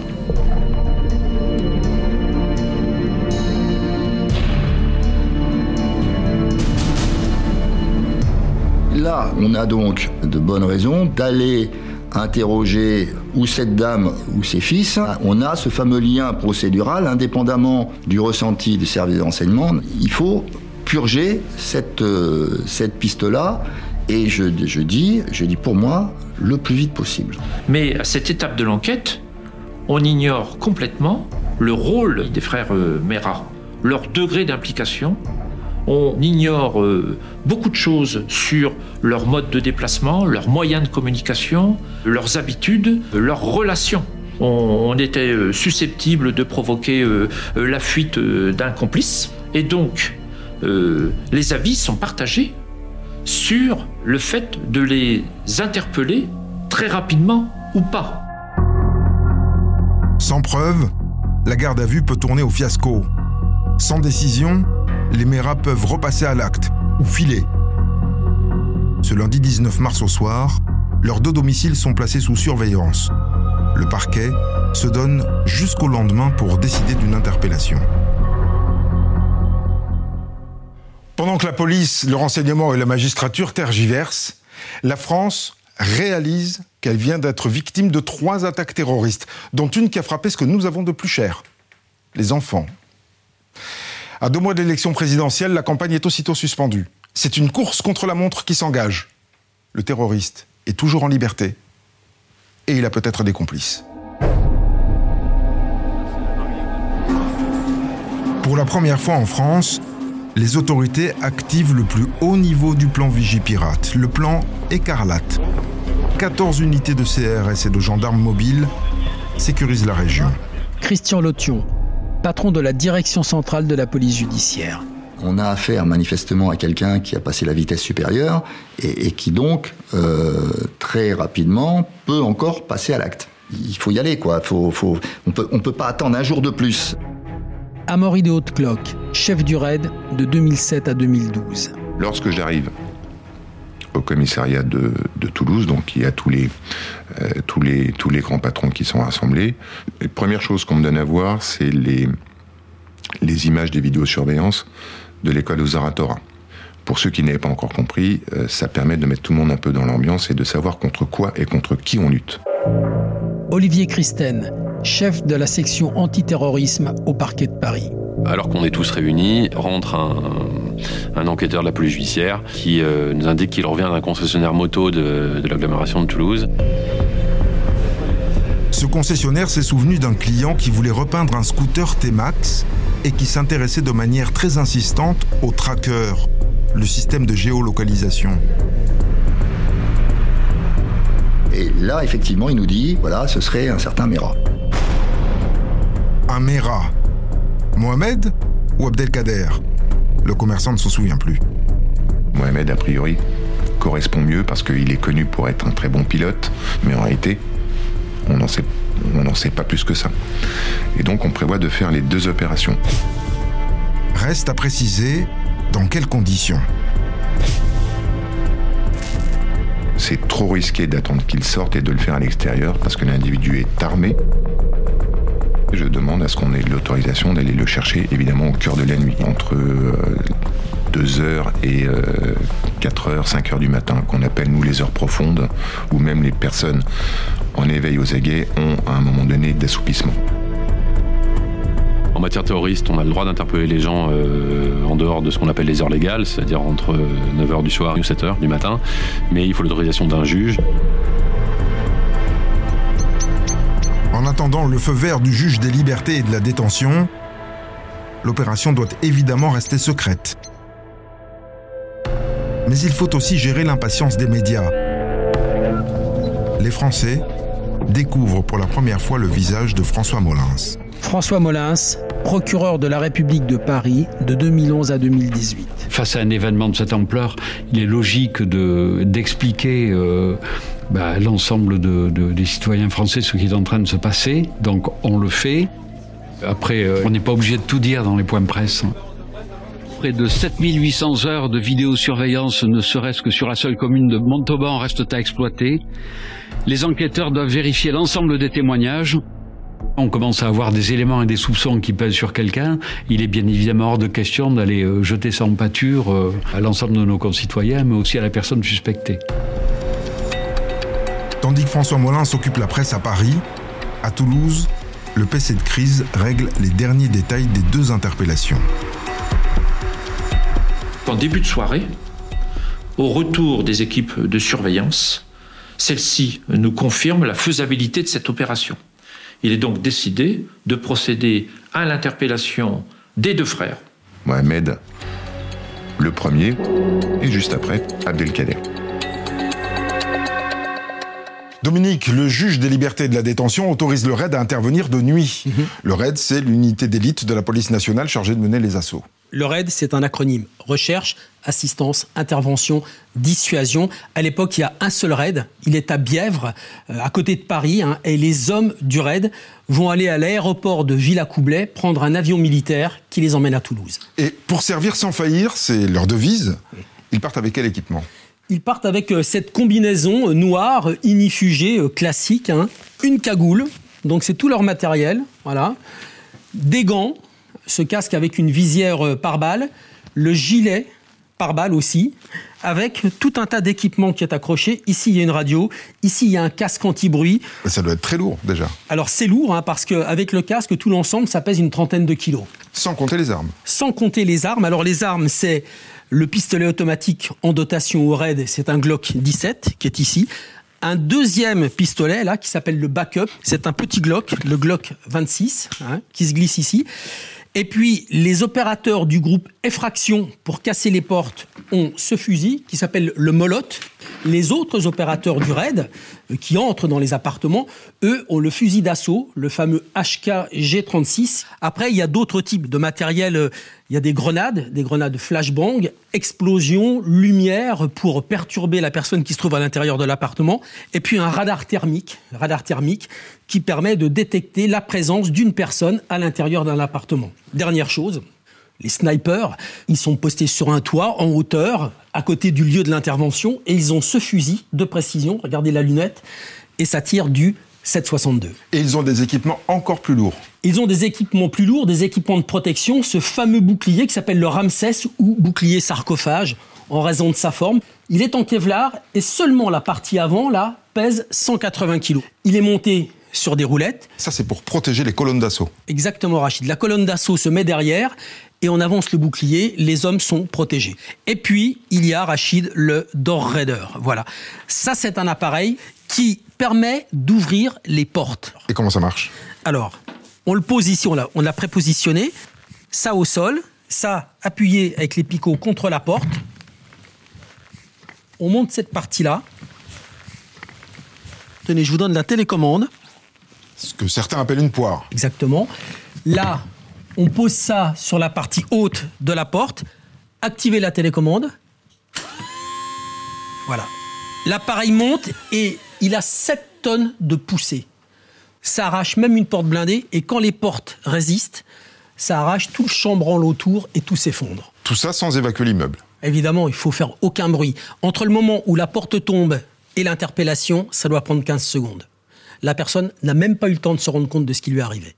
Là, on a donc de bonnes raisons d'aller interroger ou cette dame ou ses fils. On a ce fameux lien procédural, indépendamment du ressenti des services de renseignement. Il faut purger cette, euh, cette piste-là, et je, je, dis, je dis pour moi, le plus vite possible. Mais à cette étape de l'enquête, on ignore complètement le rôle des frères Mera, leur degré d'implication On ignore euh, beaucoup de choses sur leur mode de déplacement, leurs moyens de communication, leurs habitudes, leurs relations. On, on était euh, susceptible de provoquer euh, euh, la fuite euh, d'un complice. Et donc, euh, les avis sont partagés sur le fait de les interpeller très rapidement ou pas. Sans preuve, la garde à vue peut tourner au fiasco. Sans décision, les Meyrat peuvent repasser à l'acte ou filer. Ce lundi dix-neuf mars au soir, leurs deux domiciles sont placés sous surveillance. Le parquet se donne jusqu'au lendemain pour décider d'une interpellation. Pendant que la police, le renseignement et la magistrature tergiversent, la France réalise qu'elle vient d'être victime de trois attaques terroristes, dont une qui a frappé ce que nous avons de plus cher, les enfants. À deux mois de l'élection présidentielle, la campagne est aussitôt suspendue. C'est une course contre la montre qui s'engage. Le terroriste est toujours en liberté. Et il a peut-être des complices. Pour la première fois en France, les autorités activent le plus haut niveau du plan Vigipirate, le plan Écarlate. quatorze unités de C R S et de gendarmes mobiles sécurisent la région. Christian Lotion, patron de la direction centrale de la police judiciaire. On a affaire manifestement à quelqu'un qui a passé la vitesse supérieure et, et qui donc, euh, très rapidement, peut encore passer à l'acte. Il faut y aller, quoi. Faut, faut, on peut, on peut pas attendre un jour de plus. Amaury de Hautecloque, chef du raid de deux mille sept à deux mille douze. Lorsque j'arrive au commissariat de, de Toulouse, donc il y a tous les, euh, tous, les, tous les grands patrons qui sont rassemblés, la première chose qu'on me donne à voir, c'est les, les images des vidéosurveillance de l'école Ozaratora. Pour ceux qui n'avaient pas encore compris, euh, ça permet de mettre tout le monde un peu dans l'ambiance et de savoir contre quoi et contre qui on lutte. Olivier Christen, chef de la section antiterrorisme au parquet de Paris. Alors qu'on est tous réunis, rentre un, un enquêteur de la police judiciaire qui euh, nous indique qu'il revient d'un concessionnaire moto de, de l'agglomération de Toulouse. Ce concessionnaire s'est souvenu d'un client qui voulait repeindre un scooter T-Max et qui s'intéressait de manière très insistante au tracker, le système de géolocalisation. Et là, effectivement, il nous dit, voilà, ce serait un certain Meyrat. Un Meyrat. Mohamed ou Abdelkader? Le commerçant ne s'en souvient plus. Mohamed, a priori, correspond mieux parce qu'il est connu pour être un très bon pilote, mais en réalité, on n'en sait, on n'en sait pas plus que ça. Et donc, on prévoit de faire les deux opérations. Reste à préciser dans quelles conditions. C'est trop risqué d'attendre qu'il sorte et de le faire à l'extérieur parce que l'individu est armé. Je demande à ce qu'on ait l'autorisation d'aller le chercher, évidemment, au cœur de la nuit, entre euh, deux heures et euh, quatre heures, cinq heures du matin, qu'on appelle, nous, les heures profondes, où même les personnes en éveil aux aguets ont, à un moment donné, d'assoupissement. En matière terroriste, on a le droit d'interpeller les gens euh, en dehors de ce qu'on appelle les heures légales, c'est-à-dire entre neuf heures du soir et sept heures du matin, mais il faut l'autorisation d'un juge. En attendant le feu vert du juge des libertés et de la détention, l'opération doit évidemment rester secrète. Mais il faut aussi gérer l'impatience des médias. Les Français découvrent pour la première fois le visage de François Molins. François Molins, procureur de la République de Paris de deux mille onze à deux mille dix-huit. Face à un événement de cette ampleur, il est logique de, d'expliquer euh, bah, l'ensemble de, de, des citoyens français ce qui est en train de se passer. Donc on le fait. Après, euh, on n'est pas obligé de tout dire dans les points de presse. Près de sept mille huit cents heures de vidéosurveillance, ne serait-ce que sur la seule commune de Montauban, restent à exploiter. Les enquêteurs doivent vérifier l'ensemble des témoignages. On commence à avoir des éléments et des soupçons qui pèsent sur quelqu'un. Il est bien évidemment hors de question d'aller euh, jeter ça en pâture euh, à l'ensemble de nos concitoyens, mais aussi à la personne suspectée. Tandis que François Molins occupe la presse à Paris, à Toulouse, le P C de crise règle les derniers détails des deux interpellations. En début de soirée, au retour des équipes de surveillance, celle-ci nous confirme la faisabilité de cette opération. Il est donc décidé de procéder à l'interpellation des deux frères. Mohamed le premier, et juste après, Abdelkader. Dominique, le juge des libertés et de la détention autorise le R A I D à intervenir de nuit. Mmh. Le R A I D, c'est l'unité d'élite de la police nationale chargée de mener les assauts. Le R A I D, c'est un acronyme. Recherche, assistance, intervention, dissuasion. À l'époque, il y a un seul R A I D. Il est à Bièvre, euh, à côté de Paris. Hein, et les hommes du R A I D vont aller à l'aéroport de Villacoublay prendre un avion militaire qui les emmène à Toulouse. Et pour servir sans faillir, c'est leur devise. Ils partent avec quel équipement ? Ils partent avec cette combinaison noire, inifugée, classique. Hein. Une cagoule, donc c'est tout leur matériel. Voilà. Des gants, ce casque avec une visière pare-balles. Le gilet pare-balles aussi, avec tout un tas d'équipements qui est accroché. Ici, il y a une radio. Ici, il y a un casque anti-bruit. Ça doit être très lourd, déjà. Alors, c'est lourd, hein, parce qu'avec le casque, tout l'ensemble, ça pèse une trentaine de kilos. Sans compter les armes. Sans compter les armes. Alors, les armes, c'est le pistolet automatique en dotation au R A I D, c'est un Glock dix-sept, qui est ici. Un deuxième pistolet, là, qui s'appelle le backup, c'est un petit Glock, le Glock vingt-six, hein, qui se glisse ici. Et puis, les opérateurs du groupe Effraction, pour casser les portes, ont ce fusil qui s'appelle le Molotte. Les autres opérateurs du R A I D, euh, qui entrent dans les appartements, eux, ont le fusil d'assaut, le fameux H K G trente-six. Après, il y a d'autres types de matériel. Euh, il y a des grenades, des grenades flashbang, explosion, lumière pour perturber la personne qui se trouve à l'intérieur de l'appartement. Et puis un radar thermique, radar thermique qui permet de détecter la présence d'une personne à l'intérieur d'un appartement. Dernière chose, les snipers, ils sont postés sur un toit, en hauteur, à côté du lieu de l'intervention, et ils ont ce fusil de précision, regardez la lunette, et ça tire du sept soixante-deux. Et ils ont des équipements encore plus lourds. Ils ont des équipements plus lourds, des équipements de protection, ce fameux bouclier qui s'appelle le Ramsès ou bouclier sarcophage, en raison de sa forme. Il est en Kevlar, et seulement la partie avant, là, pèse cent quatre-vingts kilos. Il est monté sur des roulettes. Ça, c'est pour protéger les colonnes d'assaut. Exactement, Rachid. La colonne d'assaut se met derrière et on avance le bouclier. Les hommes sont protégés. Et puis, il y a, Rachid, le Door Raider. Voilà. Ça, c'est un appareil qui permet d'ouvrir les portes. Et comment ça marche ? Alors, on le pose ici, on l'a, on l'a prépositionné. Ça au sol, ça appuyé avec les picots contre la porte. On monte cette partie-là. Tenez, je vous donne la télécommande. Ce que certains appellent une poire. Exactement. Là, on pose ça sur la partie haute de la porte. Activez la télécommande. Voilà. L'appareil monte et il a sept tonnes de poussée. Ça arrache même une porte blindée et quand les portes résistent, ça arrache tout le chambranle autour et tout s'effondre. Tout ça sans évacuer l'immeuble. Évidemment, il faut faire aucun bruit. Entre le moment où la porte tombe et l'interpellation, ça doit prendre quinze secondes. La personne n'a même pas eu le temps de se rendre compte de ce qui lui est arrivé.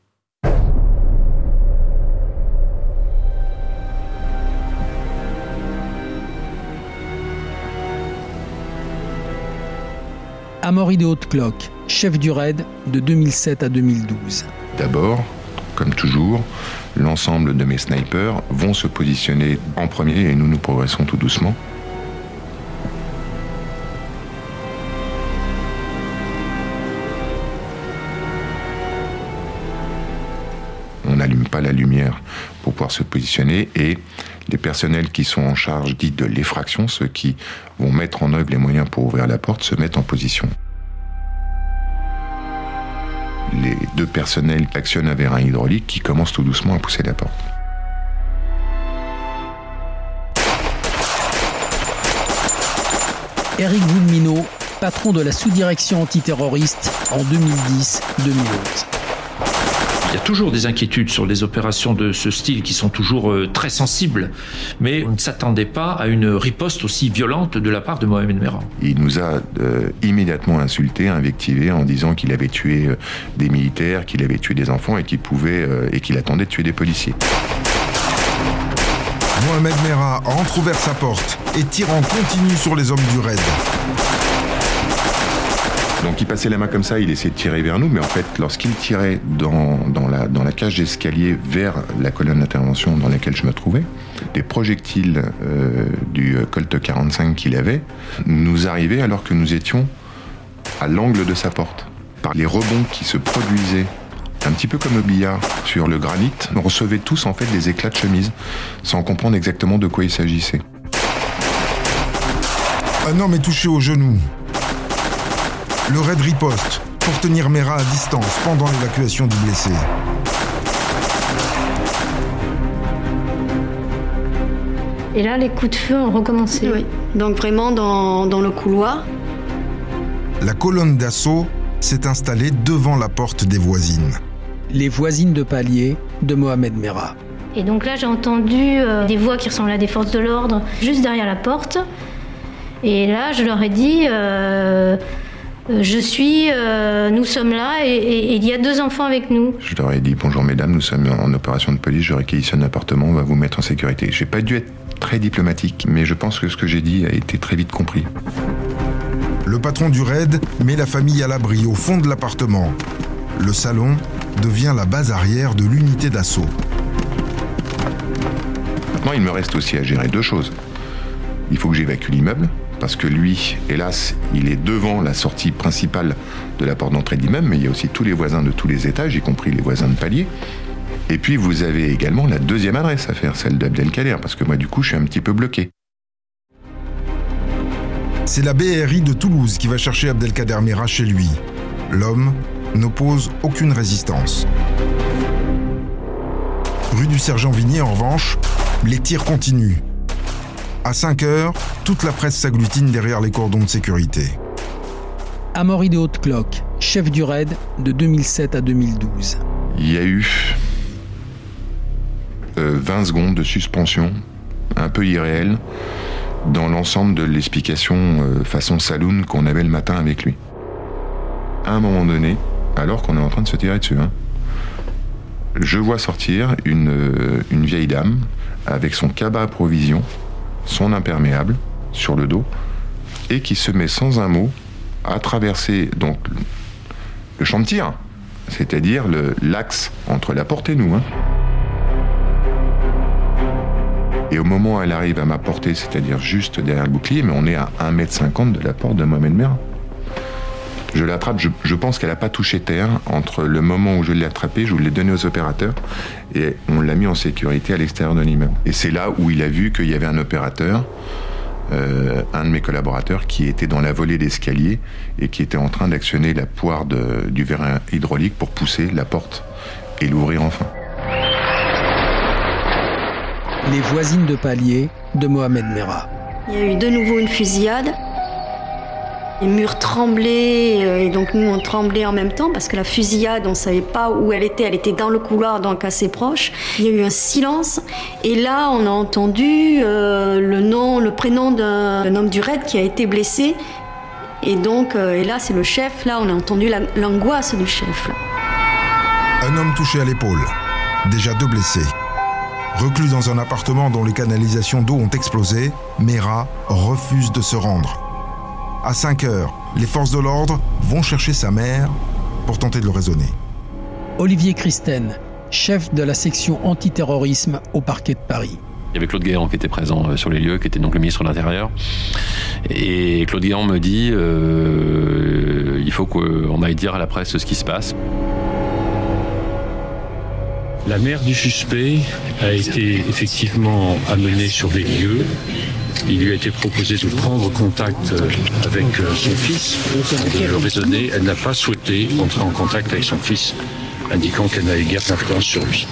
Amaury de Hautecloque, chef du R A I D de deux mille sept à deux mille douze. D'abord, comme toujours, l'ensemble de mes snipers vont se positionner en premier et nous nous progressons tout doucement. On n'allume pas la lumière pour pouvoir se positionner et les personnels qui sont en charge dits de l'effraction, ceux qui vont mettre en œuvre les moyens pour ouvrir la porte, se mettent en position. Les deux personnels actionnent un vérin hydraulique qui commence tout doucement à pousser la porte. Éric Boulminot, patron de la sous-direction antiterroriste en deux mille dix deux mille onze. Il y a toujours des inquiétudes sur les opérations de ce style qui sont toujours euh, très sensibles, mais on ne s'attendait pas à une riposte aussi violente de la part de Mohamed Merah. Il nous a euh, immédiatement insulté, invectivé en disant qu'il avait tué euh, des militaires, qu'il avait tué des enfants et qu'il pouvait euh, et qu'il attendait de tuer des policiers. Mohamed Merah a entrouvert sa porte et tire en continu sur les hommes du R A I D. Donc il passait la main comme ça, il essayait de tirer vers nous, mais en fait, lorsqu'il tirait dans, dans, la, dans la cage d'escalier vers la colonne d'intervention dans laquelle je me trouvais, des projectiles euh, du Colt quarante-cinq qu'il avait nous arrivaient alors que nous étions à l'angle de sa porte. Par les rebonds qui se produisaient, un petit peu comme au billard, sur le granit, on recevait tous en fait des éclats de chemise, sans comprendre exactement de quoi il s'agissait. Un homme est touché au genou. Le raid riposte pour tenir Mera à distance pendant l'évacuation du blessé. Et là, les coups de feu ont recommencé. Oui, donc vraiment dans, dans le couloir. La colonne d'assaut s'est installée devant la porte des voisines. Les voisines de palier de Mohamed Merah. Et donc là, j'ai entendu euh, des voix qui ressemblaient à des forces de l'ordre juste derrière la porte. Et là, je leur ai dit, euh, je suis, euh, nous sommes là et, et, et il y a deux enfants avec nous. Je leur ai dit, bonjour mesdames, nous sommes en opération de police, je réquisitionne l'appartement, on va vous mettre en sécurité. J'ai pas dû être très diplomatique, mais je pense que ce que j'ai dit a été très vite compris. Le patron du raid met la famille à l'abri au fond de l'appartement. Le salon devient la base arrière de l'unité d'assaut. Maintenant, il me reste aussi à gérer deux choses. Il faut que j'évacue l'immeuble, parce que lui, hélas, il est devant la sortie principale de la porte d'entrée de l'immeuble, mais il y a aussi tous les voisins de tous les étages, y compris les voisins de palier. Et puis, vous avez également la deuxième adresse à faire, celle d'Abdelkader, parce que moi, du coup, je suis un petit peu bloqué. C'est la B R I de Toulouse qui va chercher Abdelkader Merah chez lui. L'homme n'oppose aucune résistance. Rue du Sergent Vignier, en revanche, les tirs continuent. À cinq heures, toute la presse s'agglutine derrière les cordons de sécurité. Amaury de Haute-Cloque, chef du raid de deux mille sept à deux mille douze. Il y a eu euh, vingt secondes de suspension, un peu irréelle, dans l'ensemble de l'explication euh, façon saloon qu'on avait le matin avec lui. À un moment donné, alors qu'on est en train de se tirer dessus, hein, je vois sortir une, euh, une vieille dame avec son cabas à provisions, son imperméable sur le dos, et qui se met sans un mot à traverser donc le champ de tir, c'est-à-dire le, l'axe entre la porte et nous. Hein. Et au moment où elle arrive à ma portée, c'est-à-dire juste derrière le bouclier, mais on est à un mètre cinquante de la porte de Mohamed Merah. Je l'attrape, je, je pense qu'elle n'a pas touché terre. Entre le moment où je l'ai attrapée, je vous l'ai donné aux opérateurs, et on l'a mis en sécurité à l'extérieur de l'immeuble. Et c'est là où il a vu qu'il y avait un opérateur, euh, un de mes collaborateurs, qui était dans la volée d'escalier et qui était en train d'actionner la poire de, du verre hydraulique pour pousser la porte et l'ouvrir enfin. Les voisines de palier de Mohamed Merah. Il y a eu de nouveau une fusillade. Les murs tremblaient, et donc nous on tremblait en même temps parce que la fusillade, on ne savait pas où elle était, elle était dans le couloir, donc assez proche. Il y a eu un silence, et là on a entendu euh, le nom, le prénom d'un, d'un homme du raid qui a été blessé. Et donc, euh, et là c'est le chef, là on a entendu la, l'angoisse du chef. Là. Un homme touché à l'épaule, déjà deux blessés. Reclus dans un appartement dont les canalisations d'eau ont explosé, Merah refuse de se rendre. À cinq heures, les forces de l'ordre vont chercher sa mère pour tenter de le raisonner. Olivier Christen, chef de la section antiterrorisme au parquet de Paris. Il y avait Claude Guéant qui était présent sur les lieux, qui était donc le ministre de l'Intérieur. Et Claude Guéant me dit euh, il faut qu'on aille dire à la presse ce qui se passe. La mère du suspect a été effectivement amenée sur les lieux. Il lui a été proposé de prendre contact avec son fils, de le raisonner. Elle n'a pas souhaité entrer en contact avec son fils, indiquant qu'elle n'avait guère d'influence sur lui.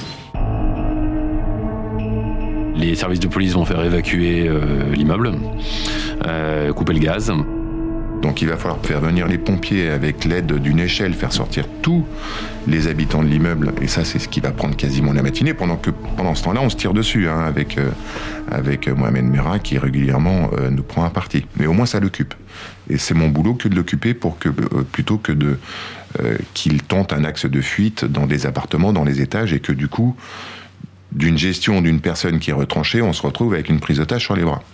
Les services de police vont faire évacuer euh, l'immeuble, euh, couper le gaz. Donc il va falloir faire venir les pompiers avec l'aide d'une échelle, faire sortir tous les habitants de l'immeuble. Et ça, c'est ce qui va prendre quasiment la matinée, pendant que pendant ce temps-là, on se tire dessus hein, avec, euh, avec Mohamed Merah qui régulièrement euh, nous prend à partie. Mais au moins, ça l'occupe. Et c'est mon boulot que de l'occuper pour que, euh, plutôt que de, euh, qu'il tente un axe de fuite dans des appartements, dans les étages, et que du coup, d'une gestion d'une personne qui est retranchée, on se retrouve avec une prise d'otage sur les bras.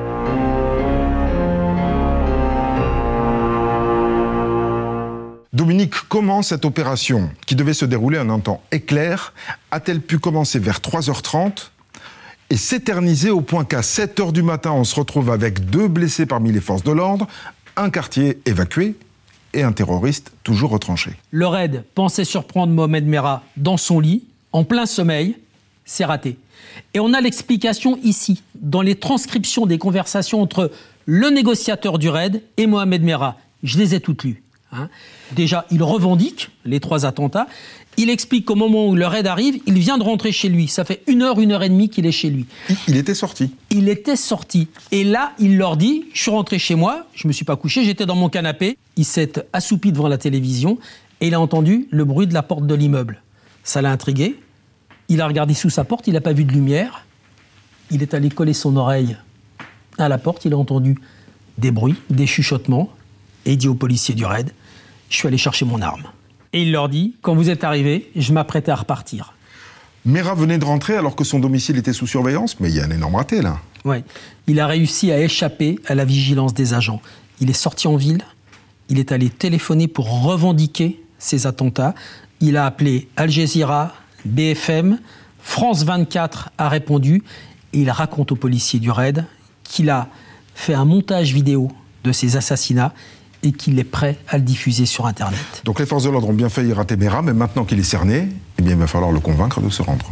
Dominique, comment cette opération, qui devait se dérouler en un temps éclair, a-t-elle pu commencer vers trois heures trente et s'éterniser au point qu'à sept heures du matin, on se retrouve avec deux blessés parmi les forces de l'ordre, un quartier évacué et un terroriste toujours retranché? Le raid pensait surprendre Mohamed Merah dans son lit, en plein sommeil. C'est raté. Et on a l'explication ici, dans les transcriptions des conversations entre Le négociateur du raid et Mohamed Merah. Je les ai toutes lues. Hein. Déjà, il revendique les trois attentats. Il explique qu'au moment où le raid arrive, il vient de rentrer chez lui. Ça fait une heure, une heure et demie qu'il est chez lui. Il était sorti. Il était sorti. Et là, il leur dit, je suis rentré chez moi, je me suis pas couché, j'étais dans mon canapé. Il s'est assoupi devant la télévision et il a entendu le bruit de la porte de l'immeuble. Ça l'a intrigué. Il a regardé sous sa porte, il n'a pas vu de lumière. Il est allé coller son oreille à la porte, il a entendu des bruits, des chuchotements, et il dit aux policiers du raid, je suis allé chercher mon arme. Et il leur dit, quand vous êtes arrivés, je m'apprêtais à repartir. Merah venait de rentrer alors que son domicile était sous surveillance, mais il y a un énorme raté là. Oui, il a réussi à échapper à la vigilance des agents. Il est sorti en ville, il est allé téléphoner pour revendiquer ces attentats. Il a appelé Al Jazeera, B F M, France vingt-quatre a répondu, et il raconte aux policiers du raid qu'il a fait un montage vidéo de ces assassinats et qu'il est prêt à le diffuser sur Internet. Donc les forces de l'ordre ont bien failli rater Merah, mais maintenant qu'il est cerné, eh bien, il va falloir le convaincre de se rendre.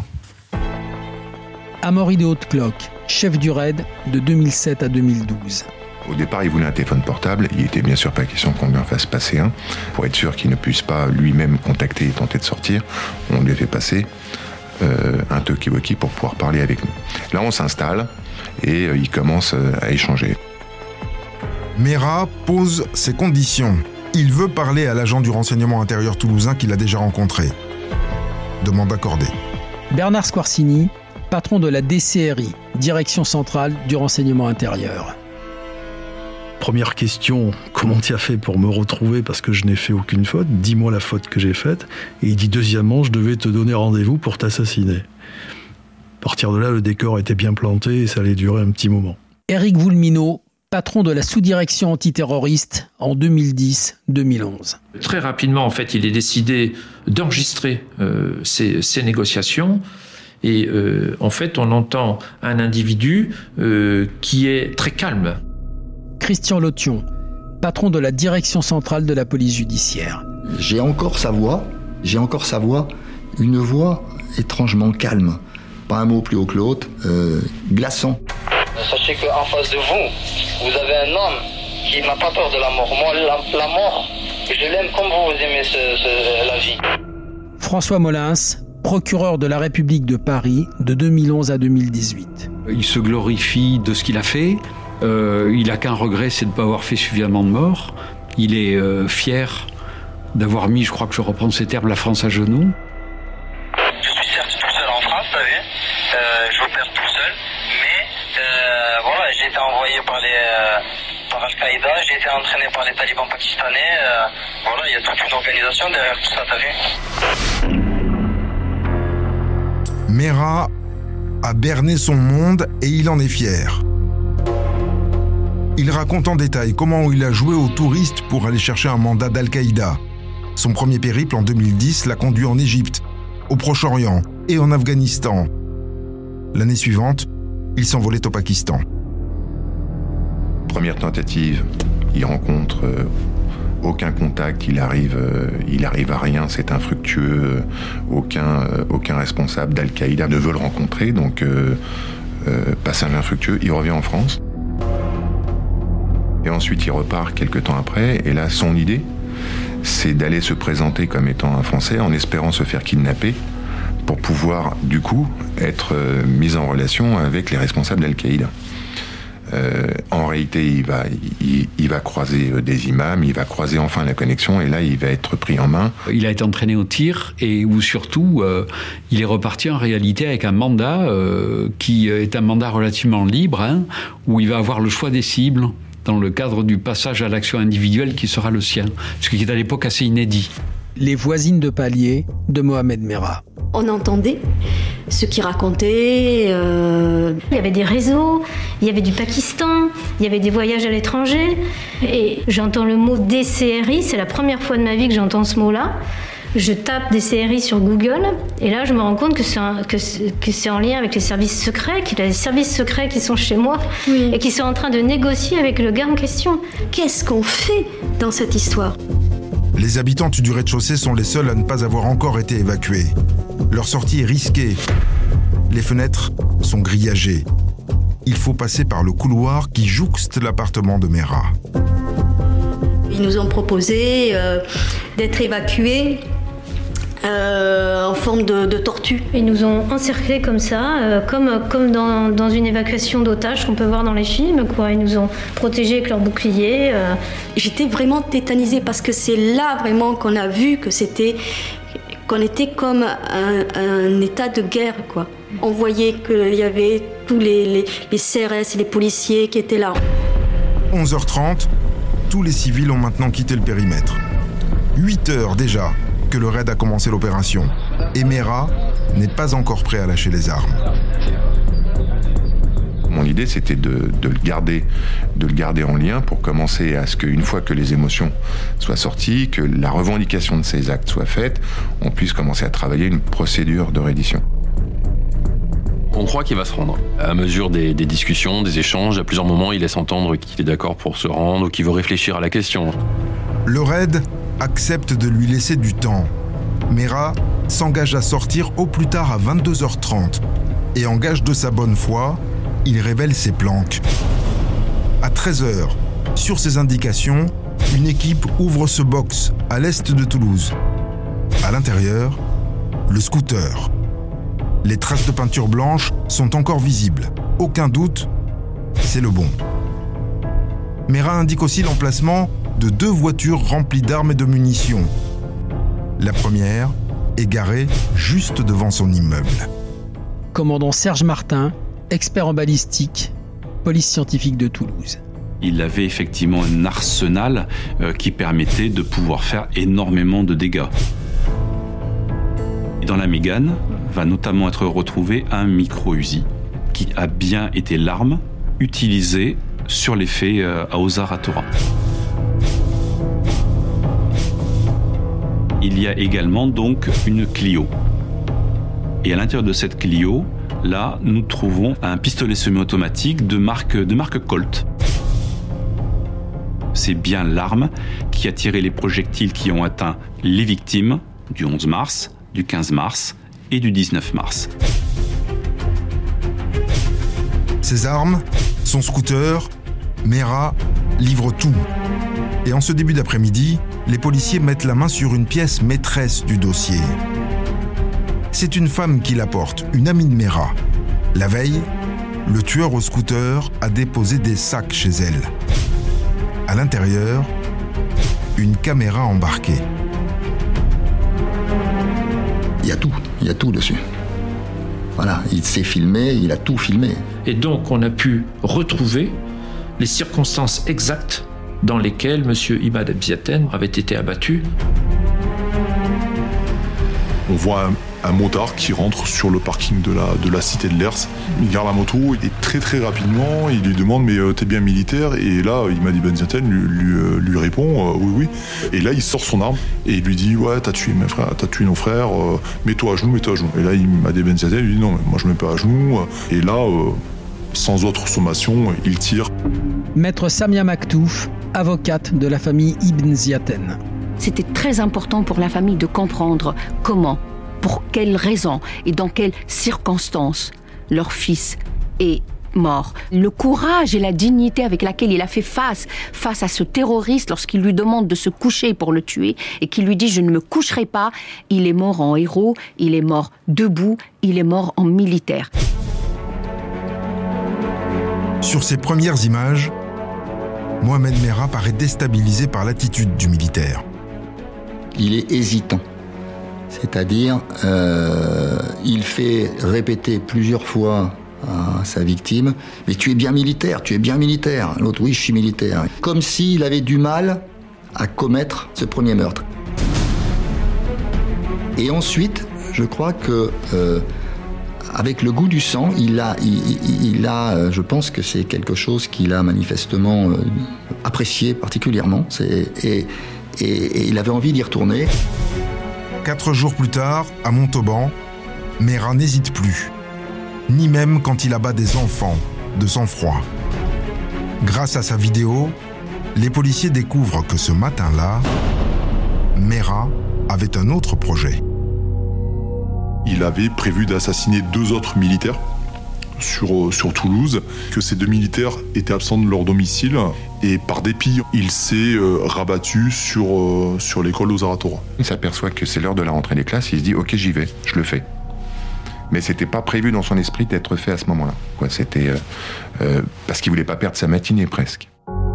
Amaury de Haute-Cloque, chef du raid de deux mille sept à deux mille douze. Au départ, il voulait un téléphone portable. Il était bien sûr pas question qu'on lui en fasse passer un. Pour être sûr qu'il ne puisse pas lui-même contacter et tenter de sortir, on lui a fait passer euh, un talkie-walkie pour pouvoir parler avec nous. Là, on s'installe et euh, il commence euh, à échanger. Merah pose ses conditions. Il veut parler à l'agent du renseignement intérieur toulousain qu'il a déjà rencontré. Demande accordée. Bernard Squarcini, patron de la D C R I, Direction centrale du renseignement intérieur. Première question, comment tu as fait pour me retrouver parce que je n'ai fait aucune faute? Dis-moi la faute que j'ai faite. Et il dit deuxièmement, je devais te donner rendez-vous pour t'assassiner. À partir de là, le décor était bien planté et ça allait durer un petit moment. Éric Voulminot, patron de la sous-direction antiterroriste en deux mille dix deux mille onze. Très rapidement, en fait, il est décidé d'enregistrer euh, ces, ces négociations. Et euh, en fait, on entend un individu euh, qui est très calme. Christian Lotion, patron de la direction centrale de la police judiciaire. J'ai encore sa voix, j'ai encore sa voix, une voix étrangement calme. Pas un mot plus haut que l'autre, euh, glaçant. Sachez qu'en face de vous, vous avez un homme qui n'a pas peur de la mort. Moi, la, la mort, je l'aime comme vous, vous aimez ce, ce, la vie. François Molins, procureur de la République de Paris de deux mille onze à deux mille dix-huit. Il se glorifie de ce qu'il a fait. Euh, il n'a qu'un regret, c'est de ne pas avoir fait suffisamment de morts. Il est euh, fier d'avoir mis, je crois que je reprends ces termes, la France à genoux. Je suis certes tout seul en France, vous savez. Euh, je opère tout seul. Mais euh, voilà, j'ai été envoyé par, les, euh, par Al-Qaïda, j'ai été entraîné par les talibans pakistanais. Euh, voilà, il y a toute une organisation derrière tout ça, t'as vu? Merah a berné son monde et il en est fier. Il raconte en détail comment il a joué aux touristes pour aller chercher un mandat d'Al-Qaïda. Son premier périple en deux mille dix l'a conduit en Égypte, au Proche-Orient et en Afghanistan. L'année suivante, il s'envolait au Pakistan. Première tentative, il rencontre euh, aucun contact, il arrive, euh, il arrive à rien, c'est infructueux. Euh, aucun, euh, aucun responsable d'Al-Qaïda ne veut le rencontrer, donc euh, euh, passe un infructueux, il revient en France. Et ensuite, il repart quelques temps après. Et là, son idée, c'est d'aller se présenter comme étant un Français en espérant se faire kidnapper pour pouvoir, du coup, être euh, mis en relation avec les responsables d'Al-Qaïda. Euh, en réalité, il va, il, il va croiser des imams, il va croiser enfin la connexion, et là, il va être pris en main. Il a été entraîné au tir, et où surtout, euh, il est reparti en réalité avec un mandat euh, qui est un mandat relativement libre, hein, où il va avoir le choix des cibles dans le cadre du passage à l'action individuelle qui sera le sien, ce qui est à l'époque assez inédit. Les voisines de palier de Mohamed Merah. On entendait ce qu'il racontait. Euh... Il y avait des réseaux, il y avait du Pakistan, il y avait des voyages à l'étranger. Et j'entends le mot D C R I, c'est la première fois de ma vie que j'entends ce mot-là. Je tape D C R I sur Google et là je me rends compte que c'est, un, que c'est, que c'est en lien avec les services secrets, qu'il y a des services secrets qui sont chez moi oui. et qui sont en train de négocier avec le gars en question. Qu'est-ce qu'on fait dans cette histoire ? Les habitantes du rez-de-chaussée sont les seules à ne pas avoir encore été évacuées. Leur sortie est risquée. Les fenêtres sont grillagées. il faut passer par le couloir qui jouxte l'appartement de Mera. Ils nous ont proposé euh, d'être évacués euh, en forme de, de tortue. Ils nous ont encerclés comme ça, euh, comme, comme dans, dans une évacuation d'otages qu'on peut voir dans les films, quoi. Ils nous ont protégés avec leurs boucliers. Euh. J'étais vraiment tétanisée parce que c'est là vraiment qu'on a vu que c'était, qu'on était comme un, un état de guerre, quoi. On voyait qu'il y avait tous les, les, les C R S et les policiers qui étaient là. onze heures trente, tous les civils ont maintenant quitté le périmètre. huit heures déjà que le raid a commencé l'opération. Et Mera n'est pas encore prêt à lâcher les armes. Mon idée, c'était de, de, le garder, de le garder en lien pour commencer à ce qu'une fois que les émotions soient sorties, que la revendication de ces actes soit faite, on puisse commencer à travailler une procédure de reddition. On croit qu'il va se rendre. À mesure des, des discussions, des échanges, à plusieurs moments, il laisse entendre qu'il est d'accord pour se rendre ou qu'il veut réfléchir à la question. Le raid accepte de lui laisser du temps. Mera s'engage à sortir au plus tard à vingt-deux heures trente et en gage de sa bonne foi, il révèle ses planques. À treize heures, sur ses indications, une équipe ouvre ce box à l'est de Toulouse. À l'intérieur, le scooter. Les traces de peinture blanche sont encore visibles. Aucun doute, c'est le bon. Mera indique aussi l'emplacement de deux voitures remplies d'armes et de munitions. La première est garée juste devant son immeuble. Commandant Serge Martin, expert en balistique, police scientifique de Toulouse. Il avait effectivement un arsenal euh, qui permettait de pouvoir faire énormément de dégâts. Et dans la Mégane va notamment être retrouvé un micro-Uzi qui a bien été l'arme utilisée sur les faits euh, à Ozar-Hatorah. Il y a également donc une Clio. Et à l'intérieur de cette Clio, là, nous trouvons un pistolet semi-automatique de marque, de marque Colt. C'est bien l'arme qui a tiré les projectiles qui ont atteint les victimes du onze mars, du quinze mars et du dix-neuf mars. Ses armes, son scooter, Mera livre tout. Et en ce début d'après-midi, les policiers mettent la main sur une pièce maîtresse du dossier. C'est une femme qui l'apporte, une amie de Mera. La veille, le tueur au scooter a déposé des sacs chez elle. À l'intérieur, une caméra embarquée. Il y a tout, il y a tout dessus. Voilà, il s'est filmé, il a tout filmé. Et donc on a pu retrouver les circonstances exactes dans lesquelles M. Imad Ziaten avait été abattu. On voit un, un motard qui rentre sur le parking de la, de la cité de l'Ers. Il garde la moto et très très rapidement, il lui demande « mais euh, t'es bien militaire ?» Et là, Imad Ibn Ziaten lui, lui, euh, lui répond euh, « oui, oui ». Et là, il sort son arme et il lui dit « ouais, t'as tué mes frères, t'as tué nos frères, euh, mets-toi à genoux, mets-toi à genoux ». Et là, Imad Ibn Ziaten lui dit « non, mais moi je me mets pas à genoux ». Et là, euh, sans autre sommation, il tire. Maître Samia Maktouf, avocate de la famille Ibn Ziaten. C'était très important pour la famille de comprendre comment, pour quelles raisons et dans quelles circonstances leur fils est mort. Le courage et la dignité avec laquelle il a fait face, face à ce terroriste lorsqu'il lui demande de se coucher pour le tuer et qu'il lui dit « je ne me coucherai pas », il est mort en héros, il est mort debout, il est mort en militaire. Sur ces premières images, Mohamed Merah paraît déstabilisé par l'attitude du militaire. Il est hésitant. C'est-à-dire, euh, il fait répéter plusieurs fois à sa victime « mais tu es bien militaire, tu es bien militaire ». L'autre « oui, je suis militaire ». Comme s'il avait du mal à commettre ce premier meurtre. Et ensuite, je crois que... Euh, avec le goût du sang, il a, il, il a, je pense que c'est quelque chose qu'il a manifestement apprécié particulièrement. C'est, et, et, et il avait envie d'y retourner. Quatre jours plus tard, à Montauban, Merah n'hésite plus, ni même quand il abat des enfants de sang-froid. Grâce à sa vidéo, les policiers découvrent que ce matin-là, Merah avait un autre projet. Il avait prévu d'assassiner deux autres militaires sur, sur Toulouse, que ces deux militaires étaient absents de leur domicile et par dépit, il s'est euh, rabattu sur, euh, sur l'école aux Aratora. Il s'aperçoit que c'est l'heure de la rentrée des classes, il se dit ok j'y vais, je le fais. Mais c'était pas prévu dans son esprit d'être fait à ce moment-là. Quoi, c'était euh, euh, parce qu'il voulait pas perdre sa matinée presque.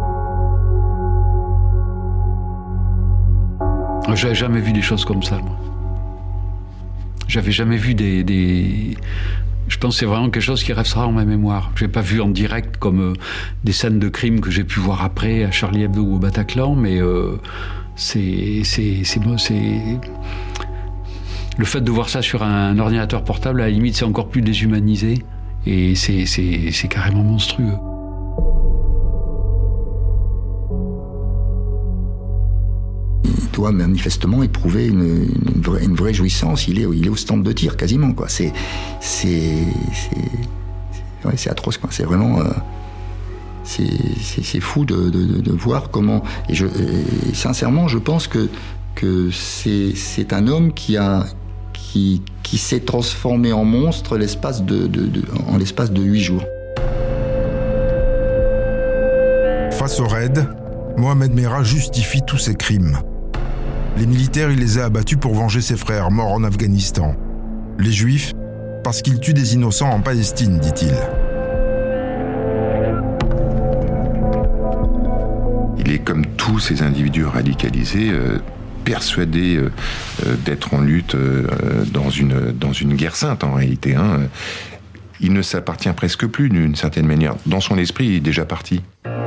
J'avais jamais vu des choses comme ça, moi. J'avais jamais vu des, des... Je pense que c'est vraiment quelque chose qui restera en ma mémoire. Je n'ai pas vu en direct comme euh, des scènes de crime que j'ai pu voir après à Charlie Hebdo ou au Bataclan, mais euh, c'est, c'est, c'est, c'est... Le fait de voir ça sur un ordinateur portable, à la limite, c'est encore plus déshumanisé. Et c'est, c'est, c'est carrément monstrueux. Il doit manifestement éprouver une, une, vraie, une vraie jouissance. Il est, il est au stand de tir, quasiment, quoi. C'est, c'est, c'est, c'est, ouais, c'est atroce, quoi. C'est vraiment... Euh, c'est, c'est, c'est fou de, de, de voir comment... Et, je, et sincèrement, je pense que, que c'est, c'est un homme qui a... Qui, qui s'est transformé en monstre l'espace de, de, de, en l'espace de huit jours. Face au raid, Mohamed Merah justifie tous ses crimes. Les militaires, il les a abattus pour venger ses frères morts en Afghanistan. Les Juifs, parce qu'ils tuent des innocents en Palestine, dit-il. Il est comme tous ces individus radicalisés, euh, persuadé euh, euh, d'être en lutte euh, dans, une, dans une guerre sainte, en réalité. Hein. Il ne s'appartient presque plus, d'une certaine manière. Dans son esprit, il est déjà parti.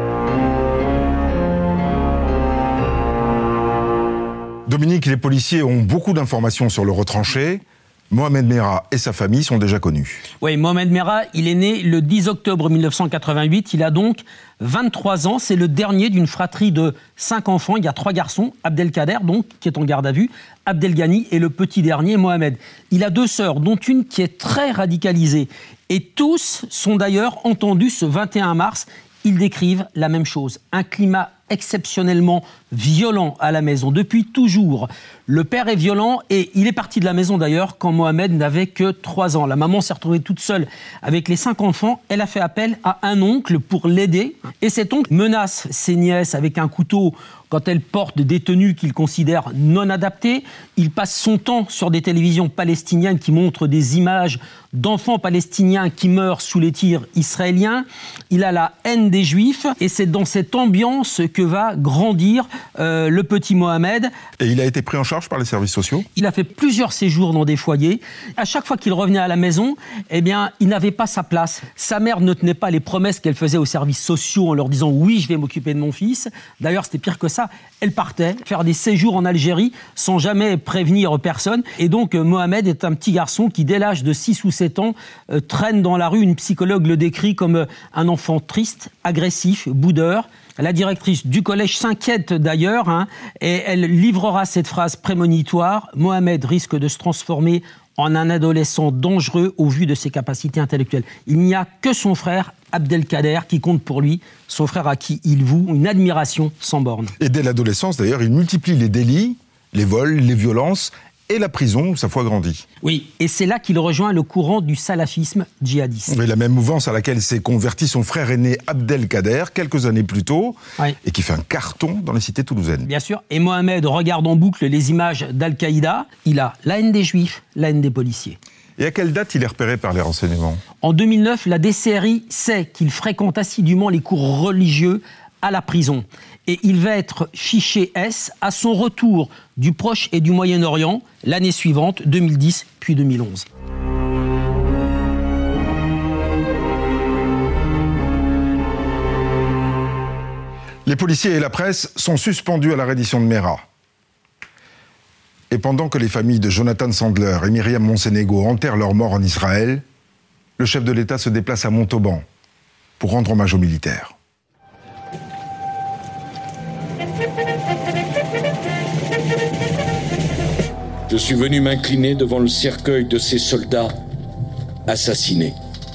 Dominique, les policiers ont beaucoup d'informations sur le retranché. Mohamed Merah et sa famille sont déjà connus. Oui, Mohamed Merah, il est né le dix octobre mille neuf cent quatre-vingt-huit. Il a donc vingt-trois ans. C'est le dernier d'une fratrie de cinq enfants. Il y a trois garçons. Abdelkader, donc, qui est en garde à vue. Abdelghani et le petit dernier, Mohamed. Il a deux sœurs, dont une qui est très radicalisée. Et tous sont d'ailleurs entendus ce vingt et un mars. Ils décrivent la même chose. Un climat exceptionnellement violent à la maison. Depuis toujours, le père est violent et il est parti de la maison d'ailleurs quand Mohamed n'avait que trois ans. La maman s'est retrouvée toute seule avec les cinq enfants. Elle a fait appel à un oncle pour l'aider et cet oncle menace ses nièces avec un couteau quand elles portent des tenues qu'il considère non adaptées. Il passe son temps sur des télévisions palestiniennes qui montrent des images d'enfants palestiniens qui meurent sous les tirs israéliens. Il a la haine des Juifs et c'est dans cette ambiance que va grandir euh, le petit Mohamed. Et il a été pris en charge par les services sociaux ? Il a fait plusieurs séjours dans des foyers. À chaque fois qu'il revenait à la maison, eh bien, il n'avait pas sa place. Sa mère ne tenait pas les promesses qu'elle faisait aux services sociaux en leur disant « oui, je vais m'occuper de mon fils ». D'ailleurs, c'était pire que ça. Elle partait faire des séjours en Algérie sans jamais prévenir personne. Et donc, Mohamed est un petit garçon qui, dès l'âge de six ou sept ans, euh, traîne dans la rue. Une psychologue le décrit comme un enfant triste, agressif, boudeur. La directrice du collège s'inquiète d'ailleurs hein, et elle livrera cette phrase prémonitoire « Mohamed risque de se transformer en un adolescent dangereux au vu de ses capacités intellectuelles ». Il n'y a que son frère Abdelkader qui compte pour lui, son frère à qui il voue une admiration sans borne. Et dès l'adolescence d'ailleurs, il multiplie les délits, les vols, les violences et la prison où sa foi grandit. Oui, et c'est là qu'il rejoint le courant du salafisme djihadiste. Mais la même mouvance à laquelle s'est converti son frère aîné Abdelkader quelques années plus tôt, oui. Et qui fait un carton dans les cités toulousaines. Bien sûr, et Mohamed regarde en boucle les images d'Al-Qaïda. Il a la haine des Juifs, la haine des policiers. Et à quelle date il est repéré par les renseignements ? En deux mille neuf, la D C R I sait qu'il fréquente assidûment les cours religieux à la prison. Et il va être fiché S à son retour du Proche et du Moyen-Orient l'année suivante, deux mille dix puis deux mille onze. Les policiers et la presse sont suspendus à la reddition de Merah. Et pendant que les familles de Jonathan Sandler et Myriam Monsenego enterrent leurs morts en Israël, le chef de l'État se déplace à Montauban pour rendre hommage aux militaires. Je suis venu m'incliner devant le cercueil de ces soldats assassinés.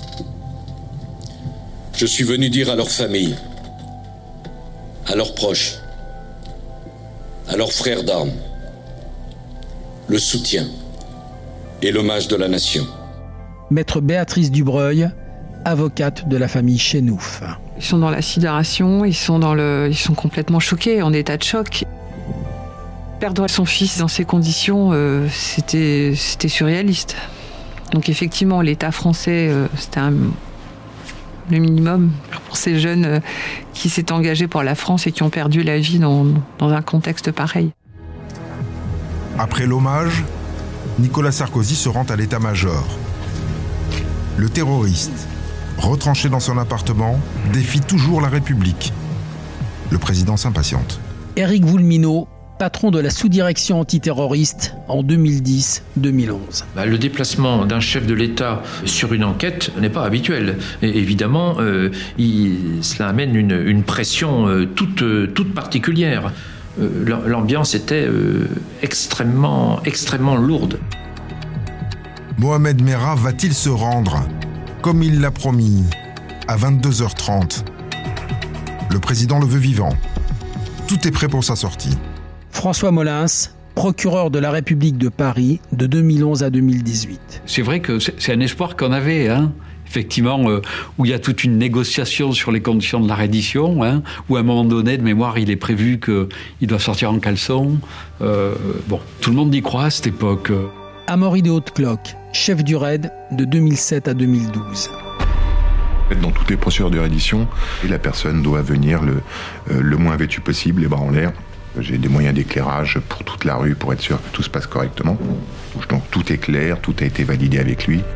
Je suis venu dire à leurs familles, à leurs proches, à leurs frères d'armes, le soutien et l'hommage de la nation. Maître Béatrice Dubreuil, avocate de la famille Chenouf. Ils sont dans la sidération, ils sont, dans le, ils sont complètement choqués, en état de choc. Perdre son fils dans ces conditions, euh, c'était, c'était surréaliste. Donc effectivement, l'État français, euh, c'était un, le minimum pour ces jeunes euh, qui s'étaient engagés pour la France et qui ont perdu la vie dans, dans un contexte pareil. Après l'hommage, Nicolas Sarkozy se rend à l'état-major. Le terroriste, retranché dans son appartement, défie toujours la République. Le président s'impatiente. Éric Woulminot, patron de la sous-direction antiterroriste en deux mille dix deux mille onze. Bah, le déplacement d'un chef de l'État sur une enquête n'est pas habituel. Et évidemment, euh, il, cela amène une, une pression euh, toute, euh, toute particulière. Euh, l'ambiance était euh, extrêmement, extrêmement lourde. Mohamed Merah va-t-il se rendre, comme il l'a promis, à vingt-deux heures trente? Le président le veut vivant. Tout est prêt pour sa sortie. François Molins, procureur de la République de Paris de deux mille onze à deux mille dix-huit. C'est vrai que c'est un espoir qu'on avait, hein. Effectivement, euh, où il y a toute une négociation sur les conditions de la reddition, hein, où à un moment donné, de mémoire, il est prévu qu'il doit sortir en caleçon. Euh, bon, tout le monde y croit à cette époque. Amaury de Hautecloque, chef du raid de deux mille sept à deux mille douze. Dans toutes les procédures de reddition, la personne doit venir le, euh, le moins vêtue possible, les bras en l'air. J'ai des moyens d'éclairage pour toute la rue pour être sûr que tout se passe correctement. Donc tout est clair, tout a été validé avec lui.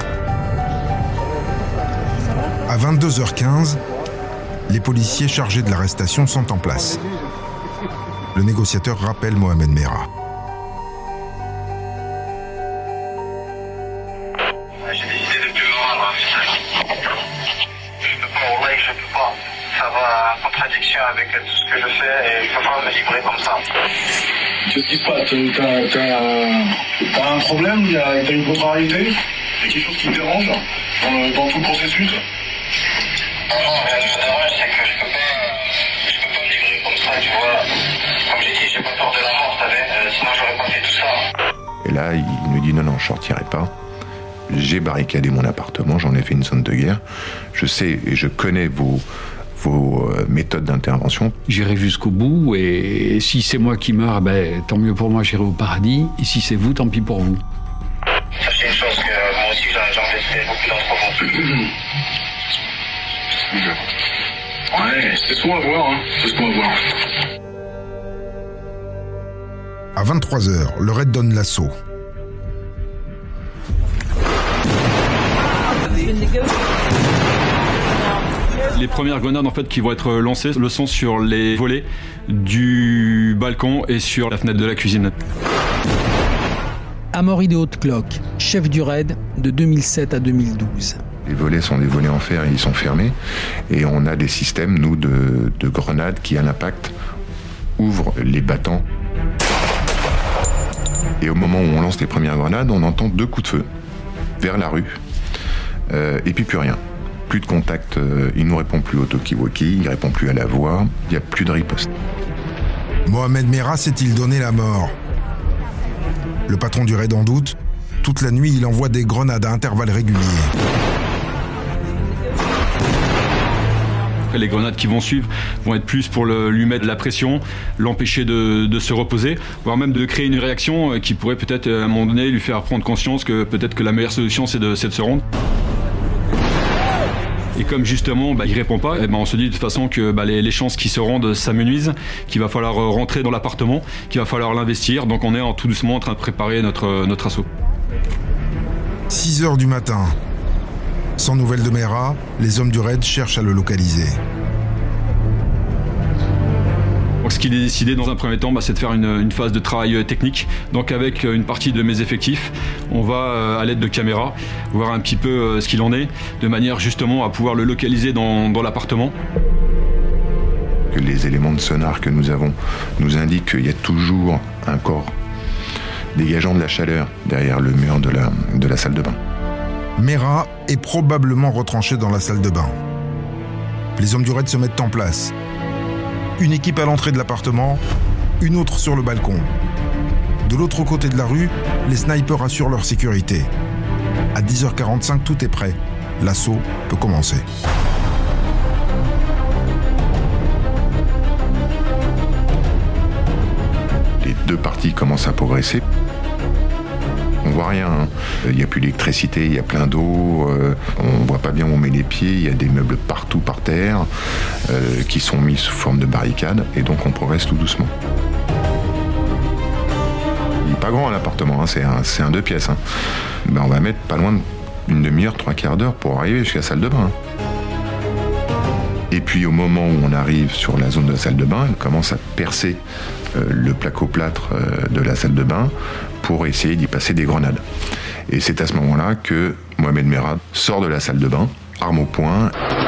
À vingt-deux heures quinze, les policiers chargés de l'arrestation sont en place. Le négociateur rappelle Mohamed Merah. J'ai décidé de plus me rendre. Je peux pas, wallahi, je peux pas. Ça va en contradiction avec tout ce que je fais et je peux pas me livrer comme ça. Qu'est-ce qui se passe? T'as, t'as, t'as un problème? T'as une contrariété? Y'a quelque chose qui te dérange dans, dans tout le processus? Non, non, rien ne me dérange, c'est que je peux pas, je peux pas me livrer comme ça, tu vois. Comme j'ai dit, j'ai pas peur de la mort, t'avais, euh, sinon j'aurais pas fait tout ça. Et là, il nous dit non, non, je sortirai pas. J'ai barricadé mon appartement, j'en ai fait une zone de guerre. Je sais et je connais vos, vos méthodes d'intervention. J'irai jusqu'au bout et si c'est moi qui meurs, ben, tant mieux pour moi, j'irai au paradis. Et si c'est vous, tant pis pour vous. Sachez une chose, que moi aussi j'en laissé beaucoup d'entre vous. Ouais, c'est ce qu'on va voir, hein. C'est ce qu'on va voir. À vingt-trois heures, le raid donne l'assaut. Les premières grenades en fait qui vont être lancées le sont sur les volets du balcon et sur la fenêtre de la cuisine. Amaury de Hautecloque, chef du raid de deux mille sept à deux mille douze. Les volets sont des volets en fer et ils sont fermés. Et on a des systèmes, nous, de, de grenades qui, à l'impact, ouvrent les battants. Et au moment où on lance les premières grenades, on entend deux coups de feu vers la rue. Euh, et puis plus rien. Plus de contact. Euh, il ne nous répond plus au talkie-walkie, il ne répond plus à la voix. Il n'y a plus de riposte. Mohamed Merah s'est-il donné la mort? Le patron du raid en doute. Toute la nuit, il envoie des grenades à intervalles réguliers. Les grenades qui vont suivre vont être plus pour le, lui mettre de la pression, l'empêcher de, de se reposer, voire même de créer une réaction qui pourrait peut-être à un moment donné lui faire prendre conscience que peut-être que la meilleure solution c'est de, c'est de se rendre. Et comme justement bah, il répond pas, et ben on se dit de toute façon que bah, les, les chances qu'il se rende s'amenuisent, qu'il va falloir rentrer dans l'appartement, qu'il va falloir l'investir, donc on est en, tout doucement en train de préparer notre, notre assaut. six heures du matin. Sans nouvelles de Merah, les hommes du raid cherchent à le localiser. Donc, ce qu'il est décidé dans un premier temps, bah, c'est de faire une, une phase de travail technique. Donc avec une partie de mes effectifs, on va euh, à l'aide de caméras voir un petit peu euh, ce qu'il en est, de manière justement à pouvoir le localiser dans, dans l'appartement. Les éléments de sonar que nous avons nous indiquent qu'il y a toujours un corps dégageant de la chaleur derrière le mur de la, de la salle de bain. Merah est probablement retranché dans la salle de bain. Les hommes du raid se mettent en place. Une équipe à l'entrée de l'appartement, une autre sur le balcon. De l'autre côté de la rue, les snipers assurent leur sécurité. À dix heures quarante-cinq, tout est prêt. l'assaut peut commencer. Les deux parties commencent à progresser. On voit rien, hein. Il n'y a plus d'électricité, il y a plein d'eau, euh, on voit pas bien où on met les pieds, il y a des meubles partout par terre euh, qui sont mis sous forme de barricades et donc on progresse tout doucement. Il n'est pas grand l'appartement, hein, c'est un, c'est un deux pièces. Hein. Ben, on va mettre pas loin d'une demi-heure, trois quarts d'heure pour arriver jusqu'à la salle de bain. Et puis au moment où on arrive sur la zone de la salle de bain, on commence à percer euh, le placo-plâtre euh, de la salle de bain pour essayer d'y passer des grenades. Et c'est à ce moment-là que Mohamed Merah sort de la salle de bain, arme au poing,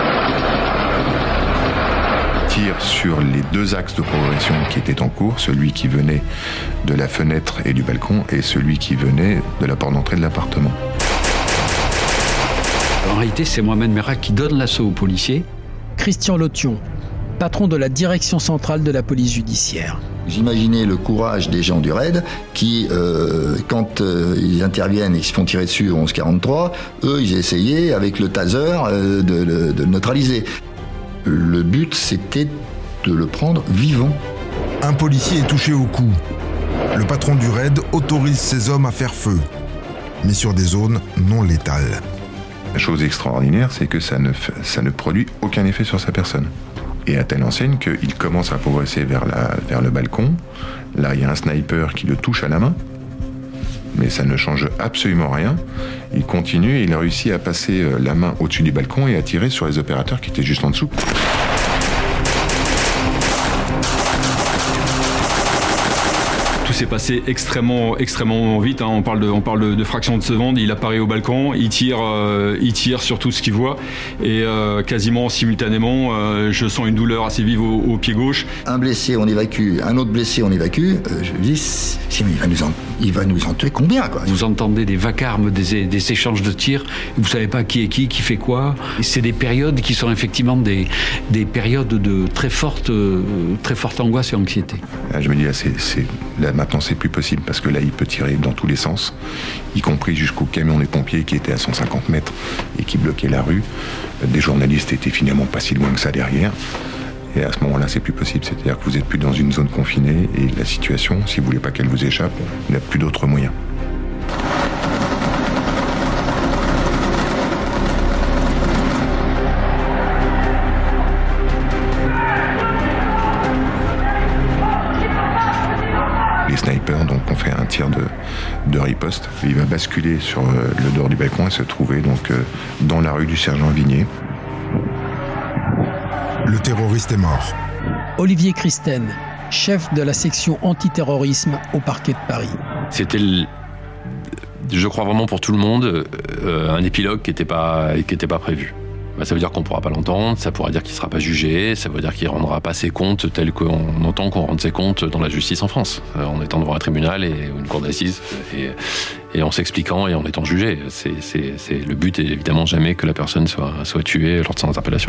tire sur les deux axes de progression qui étaient en cours, celui qui venait de la fenêtre et du balcon et celui qui venait de la porte d'entrée de l'appartement. En réalité, c'est Mohamed Merah qui donne l'assaut aux policiers. Christian Lotion, patron de la direction centrale de la police judiciaire. J'imaginais le courage des gens du raid qui, euh, quand euh, ils interviennent et qu'ils se font tirer dessus au onze quarante-trois, eux, ils essayaient avec le taser euh, de, de, de le neutraliser. Le but, c'était de le prendre vivant. Un policier est touché au cou. Le patron du raid autorise ses hommes à faire feu, mais sur des zones non létales. La chose extraordinaire, c'est que ça ne, ça ne produit aucun effet sur sa personne. Et à telle enseigne qu'il commence à progresser vers, la, vers le balcon. Là, il y a un sniper qui le touche à la main, mais ça ne change absolument rien. Il continue et il a réussi à passer la main au-dessus du balcon et à tirer sur les opérateurs qui étaient juste en dessous. Tout s'est passé extrêmement, extrêmement vite. Hein. On parle de, on parle de, de fractions de secondes. Il apparaît au balcon, il tire, euh, il tire sur tout ce qu'il voit et euh, quasiment simultanément, euh, je sens une douleur assez vive au, au pied gauche. Un blessé, on évacue. Un autre blessé, on évacue. Euh, je me dis, si, il va nous en, il va nous en tuer combien, quoi. Vous entendez des vacarmes, des, des échanges de tirs. Vous savez pas qui est qui, qui fait quoi. Et c'est des périodes qui sont effectivement des, des périodes de très forte, très forte angoisse et anxiété. Là, je me dis, là, c'est, c'est là, maintenant, c'est plus possible parce que là, il peut tirer dans tous les sens, y compris jusqu'au camion des pompiers qui était à cent cinquante mètres et qui bloquait la rue. Des journalistes étaient finalement pas si loin que ça derrière. Et à ce moment-là, c'est plus possible. C'est-à-dire que vous n'êtes plus dans une zone confinée et la situation, si vous voulez pas qu'elle vous échappe, il n'y a plus d'autres moyens. Les snipers, donc, ont fait un tir de, de riposte. Il va basculer sur euh, le dehors du balcon et se trouver donc euh, dans la rue du Sergent Vignier. Le terroriste est mort. Olivier Christen, chef de la section antiterrorisme au parquet de Paris. C'était, le, je crois vraiment pour tout le monde, euh, un épilogue qui n'était pas, qui était pas prévu. Bah, ça veut dire qu'on ne pourra pas l'entendre, ça pourra dire qu'il ne sera pas jugé, ça veut dire qu'il ne rendra pas ses comptes tels qu'on entend qu'on rende ses comptes dans la justice en France, en étant devant un tribunal et une cour d'assises, et, et en s'expliquant et en étant jugé. C'est, c'est, c'est, le but est évidemment jamais que la personne soit, soit tuée lors de son interpellation.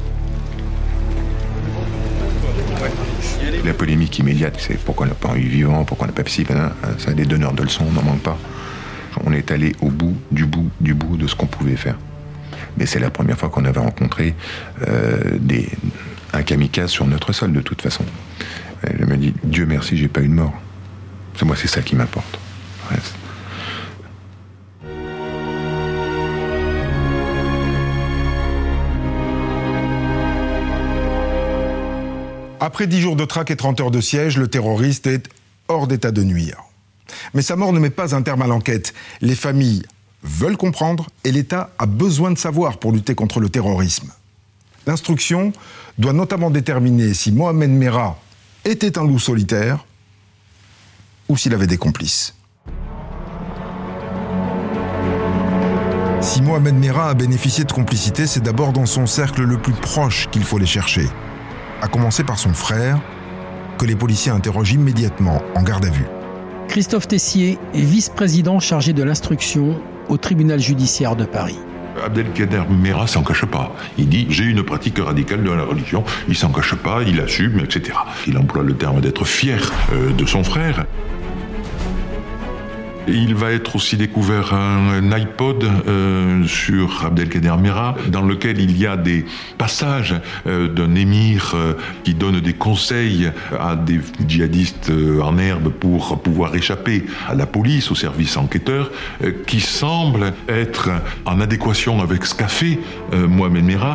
La polémique immédiate, c'est pourquoi on n'a pas eu vivant, pourquoi on n'a pas fait ci, ça, des donneurs de leçons, on n'en manque pas. On est allé au bout, du bout, du bout de ce qu'on pouvait faire. Mais c'est la première fois qu'on avait rencontré euh, des, un kamikaze sur notre sol, de toute façon. Et je me dis, Dieu merci, j'ai pas eu de mort. C'est moi, c'est ça qui m'importe. Ouais. Après dix jours de traque et trente heures de siège, le terroriste est hors d'état de nuire. Mais sa mort ne met pas un terme à l'enquête. Les familles veulent comprendre et l'État a besoin de savoir pour lutter contre le terrorisme. L'instruction doit notamment déterminer si Mohamed Merah était un loup solitaire ou s'il avait des complices. Si Mohamed Merah a bénéficié de complicité, c'est d'abord dans son cercle le plus proche qu'il faut les chercher, à commencer par son frère, que les policiers interrogent immédiatement en garde à vue. Christophe Tessier est vice-président chargé de l'instruction au tribunal judiciaire de Paris. Abdelkader Merah s'en cache pas. Il dit « j'ai une pratique radicale de la religion ». Il s'en cache pas, il assume, et cetera. Il emploie le terme d'être fier euh, de son frère. Il va être aussi découvert un iPod euh, sur Abdelkader Mera, dans lequel il y a des passages euh, d'un émir euh, qui donne des conseils à des djihadistes euh, en herbe pour pouvoir échapper à la police, au service enquêteur, euh, qui semble être en adéquation avec ce qu'a fait euh, Mohamed Mera.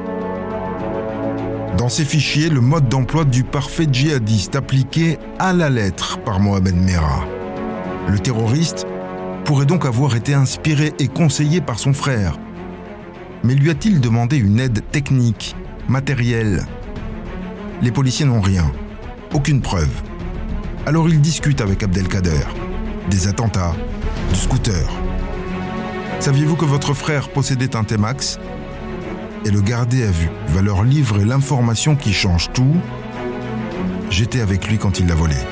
Dans ces fichiers, le mode d'emploi du parfait djihadiste appliqué à la lettre par Mohamed Mera. Le terroriste pourrait donc avoir été inspiré et conseillé par son frère. Mais lui a-t-il demandé une aide technique, matérielle ? Les policiers n'ont rien, aucune preuve. Alors ils discutent avec Abdelkader. Des attentats, du scooter. Saviez-vous que votre frère possédait un T-Max ? Et le gardé à vue va leur livrer l'information qui change tout. J'étais avec lui quand il l'a volé.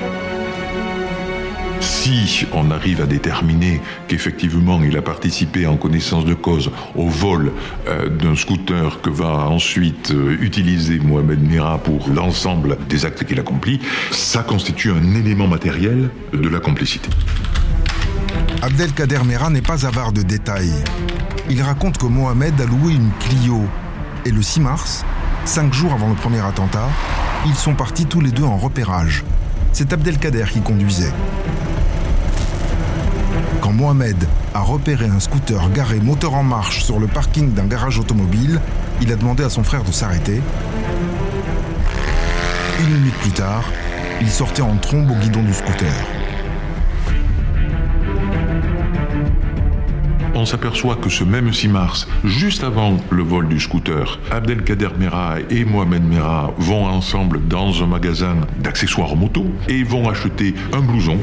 Si on arrive à déterminer qu'effectivement il a participé en connaissance de cause au vol euh, d'un scooter que va ensuite euh, utiliser Mohamed Mera pour l'ensemble des actes qu'il accomplit, ça constitue un élément matériel de la complicité. Abdelkader Mera n'est pas avare de détails. Il raconte que Mohamed a loué une Clio. Et le six mars, cinq jours avant le premier attentat, ils sont partis tous les deux en repérage. C'est Abdelkader qui conduisait. Quand Mohamed a repéré un scooter garé moteur en marche sur le parking d'un garage automobile, il a demandé à son frère de s'arrêter. Une minute plus tard, il sortait en trombe au guidon du scooter. On s'aperçoit que ce même six mars, juste avant le vol du scooter, Abdelkader Mera et Mohamed Mera vont ensemble dans un magasin d'accessoires moto et vont acheter un blouson.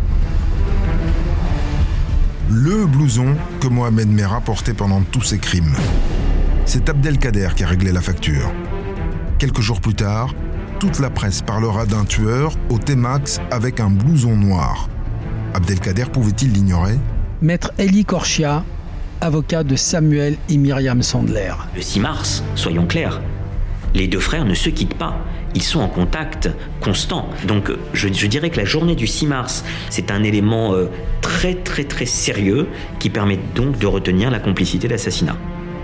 Le blouson que Mohamed Mera portait pendant tous ses crimes. C'est Abdelkader qui a réglé la facture. Quelques jours plus tard, toute la presse parlera d'un tueur au T-Max avec un blouson noir. Abdelkader pouvait-il l'ignorer ? Maître Elie Korchia, avocat de Samuel et Myriam Sandler. Le six mars, soyons clairs, les deux frères ne se quittent pas. Ils sont en contact constant. Donc je, je dirais que la journée du six mars, c'est un élément euh, très très très sérieux qui permet donc de retenir la complicité d'assassinat.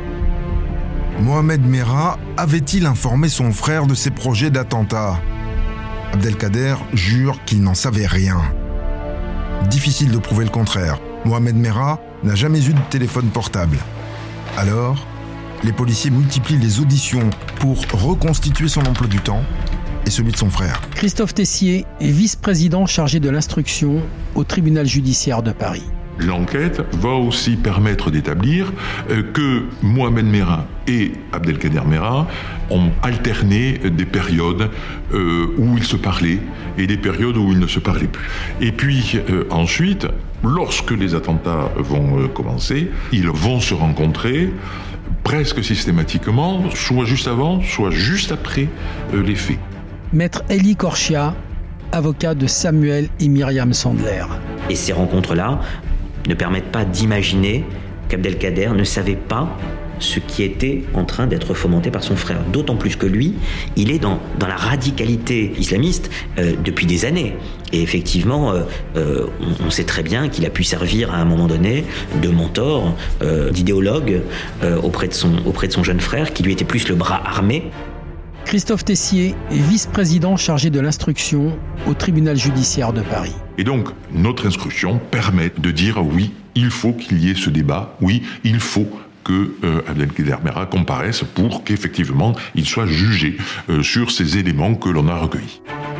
Mohamed Mera avait-il informé son frère de ses projets d'attentat ? Abdelkader jure qu'il n'en savait rien. Difficile de prouver le contraire. Mohamed Mera n'a jamais eu de téléphone portable. Alors, les policiers multiplient les auditions pour reconstituer son emploi du temps et celui de son frère. Christophe Tessier est vice-président chargé de l'instruction au tribunal judiciaire de Paris. L'enquête va aussi permettre d'établir que Mohamed Mera et Abdelkader Mera ont alterné des périodes où ils se parlaient et des périodes où ils ne se parlaient plus. Et puis ensuite, lorsque les attentats vont commencer, ils vont se rencontrer presque systématiquement, soit juste avant, soit juste après les faits. Maître Elie Korchia, avocat de Samuel et Myriam Sandler. Et ces rencontres-là ne permettent pas d'imaginer qu'Abdelkader ne savait pas ce qui était en train d'être fomenté par son frère. D'autant plus que lui, il est dans, dans la radicalité islamiste euh, depuis des années. Et effectivement, euh, euh, on, on sait très bien qu'il a pu servir à un moment donné de mentor, euh, d'idéologue euh, auprès de son, auprès de son jeune frère, qui lui était plus le bras armé. Christophe Tessier est vice-président chargé de l'instruction au tribunal judiciaire de Paris. Et donc, notre instruction permet de dire oui, il faut qu'il y ait ce débat, oui, il faut que euh, Abdelkader Mera comparaisse pour qu'effectivement il soit jugé euh, sur ces éléments que l'on a recueillis.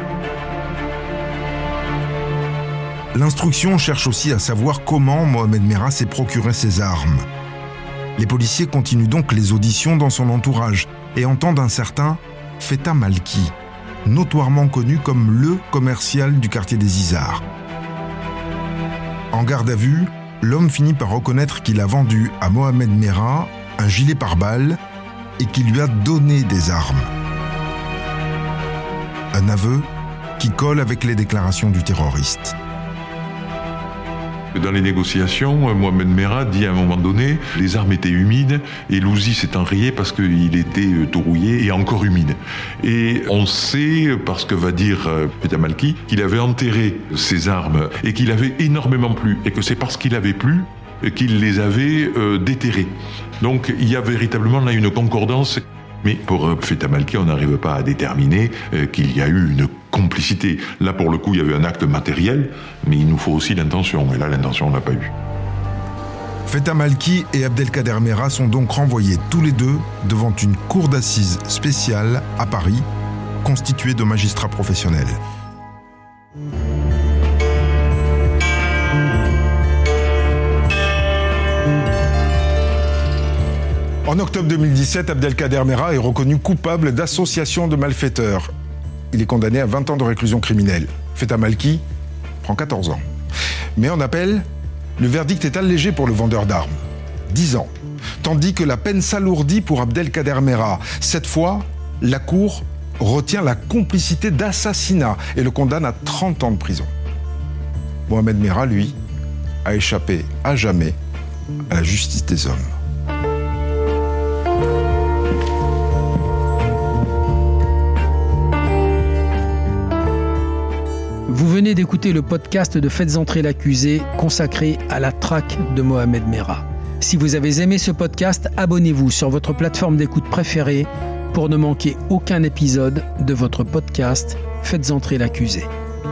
L'instruction cherche aussi à savoir comment Mohamed Mera s'est procuré ses armes. Les policiers continuent donc les auditions dans son entourage et entendent un certain Feta Malki, notoirement connu comme le commercial du quartier des Izards. En garde à vue, l'homme finit par reconnaître qu'il a vendu à Mohamed Mera un gilet pare-balles et qu'il lui a donné des armes. Un aveu qui colle avec les déclarations du terroriste. Dans les négociations, Mohamed Merah dit à un moment donné, les armes étaient humides et Louzi s'est enrayé parce qu'il était tout rouillé et encore humide. Et on sait, parce que va dire Feta Malki, qu'il avait enterré ses armes et qu'il avait énormément plu et que c'est parce qu'il avait plu qu'il les avait euh, déterrés. Donc il y a véritablement là une concordance. Mais pour Feta Malki, on n'arrive pas à déterminer euh, qu'il y a eu une complicité. Là, pour le coup, il y avait un acte matériel, mais il nous faut aussi l'intention. Et là, l'intention, on n'a pas eu. Feta Malki et Abdelkader Merah sont donc renvoyés tous les deux devant une cour d'assises spéciale à Paris, constituée de magistrats professionnels. En octobre deux mille dix-sept, Abdelkader Merah est reconnu coupable d'association de malfaiteurs. Il est condamné à vingt ans de réclusion criminelle. Feta Malki prend quatorze ans. Mais en appel, le verdict est allégé pour le vendeur d'armes. dix ans. Tandis que la peine s'alourdit pour Abdelkader Merah. Cette fois, la Cour retient la complicité d'assassinat et le condamne à trente ans de prison. Mohamed Merah, lui, a échappé à jamais à la justice des hommes. Vous venez d'écouter le podcast de Faites entrer l'accusé consacré à la traque de Mohamed Merah. Si vous avez aimé ce podcast, abonnez-vous sur votre plateforme d'écoute préférée pour ne manquer aucun épisode de votre podcast Faites entrer l'accusé.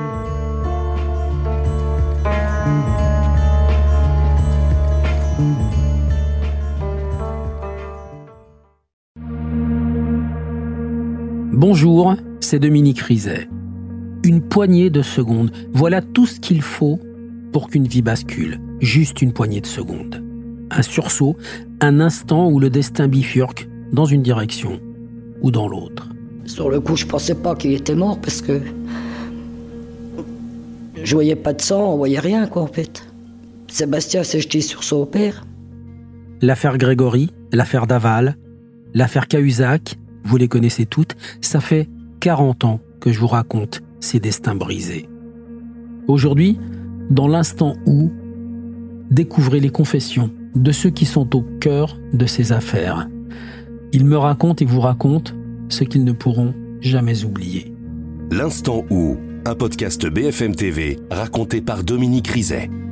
Bonjour, c'est Dominique Rizet. Une poignée de secondes, voilà tout ce qu'il faut pour qu'une vie bascule. Juste une poignée de secondes. Un sursaut, un instant où le destin bifurque dans une direction ou dans l'autre. Sur le coup, je pensais pas qu'il était mort parce que je voyais pas de sang, on voyait rien quoi en fait. Sébastien s'est jeté sur son père. L'affaire Grégory, l'affaire Daval, l'affaire Cahuzac, vous les connaissez toutes, ça fait quarante ans que je vous raconte ces destins brisés. Aujourd'hui, dans l'instant où, découvrez les confessions de ceux qui sont au cœur de ces affaires. Ils me racontent et vous racontent ce qu'ils ne pourront jamais oublier. L'instant où, un podcast B F M T V raconté par Dominique Rizet.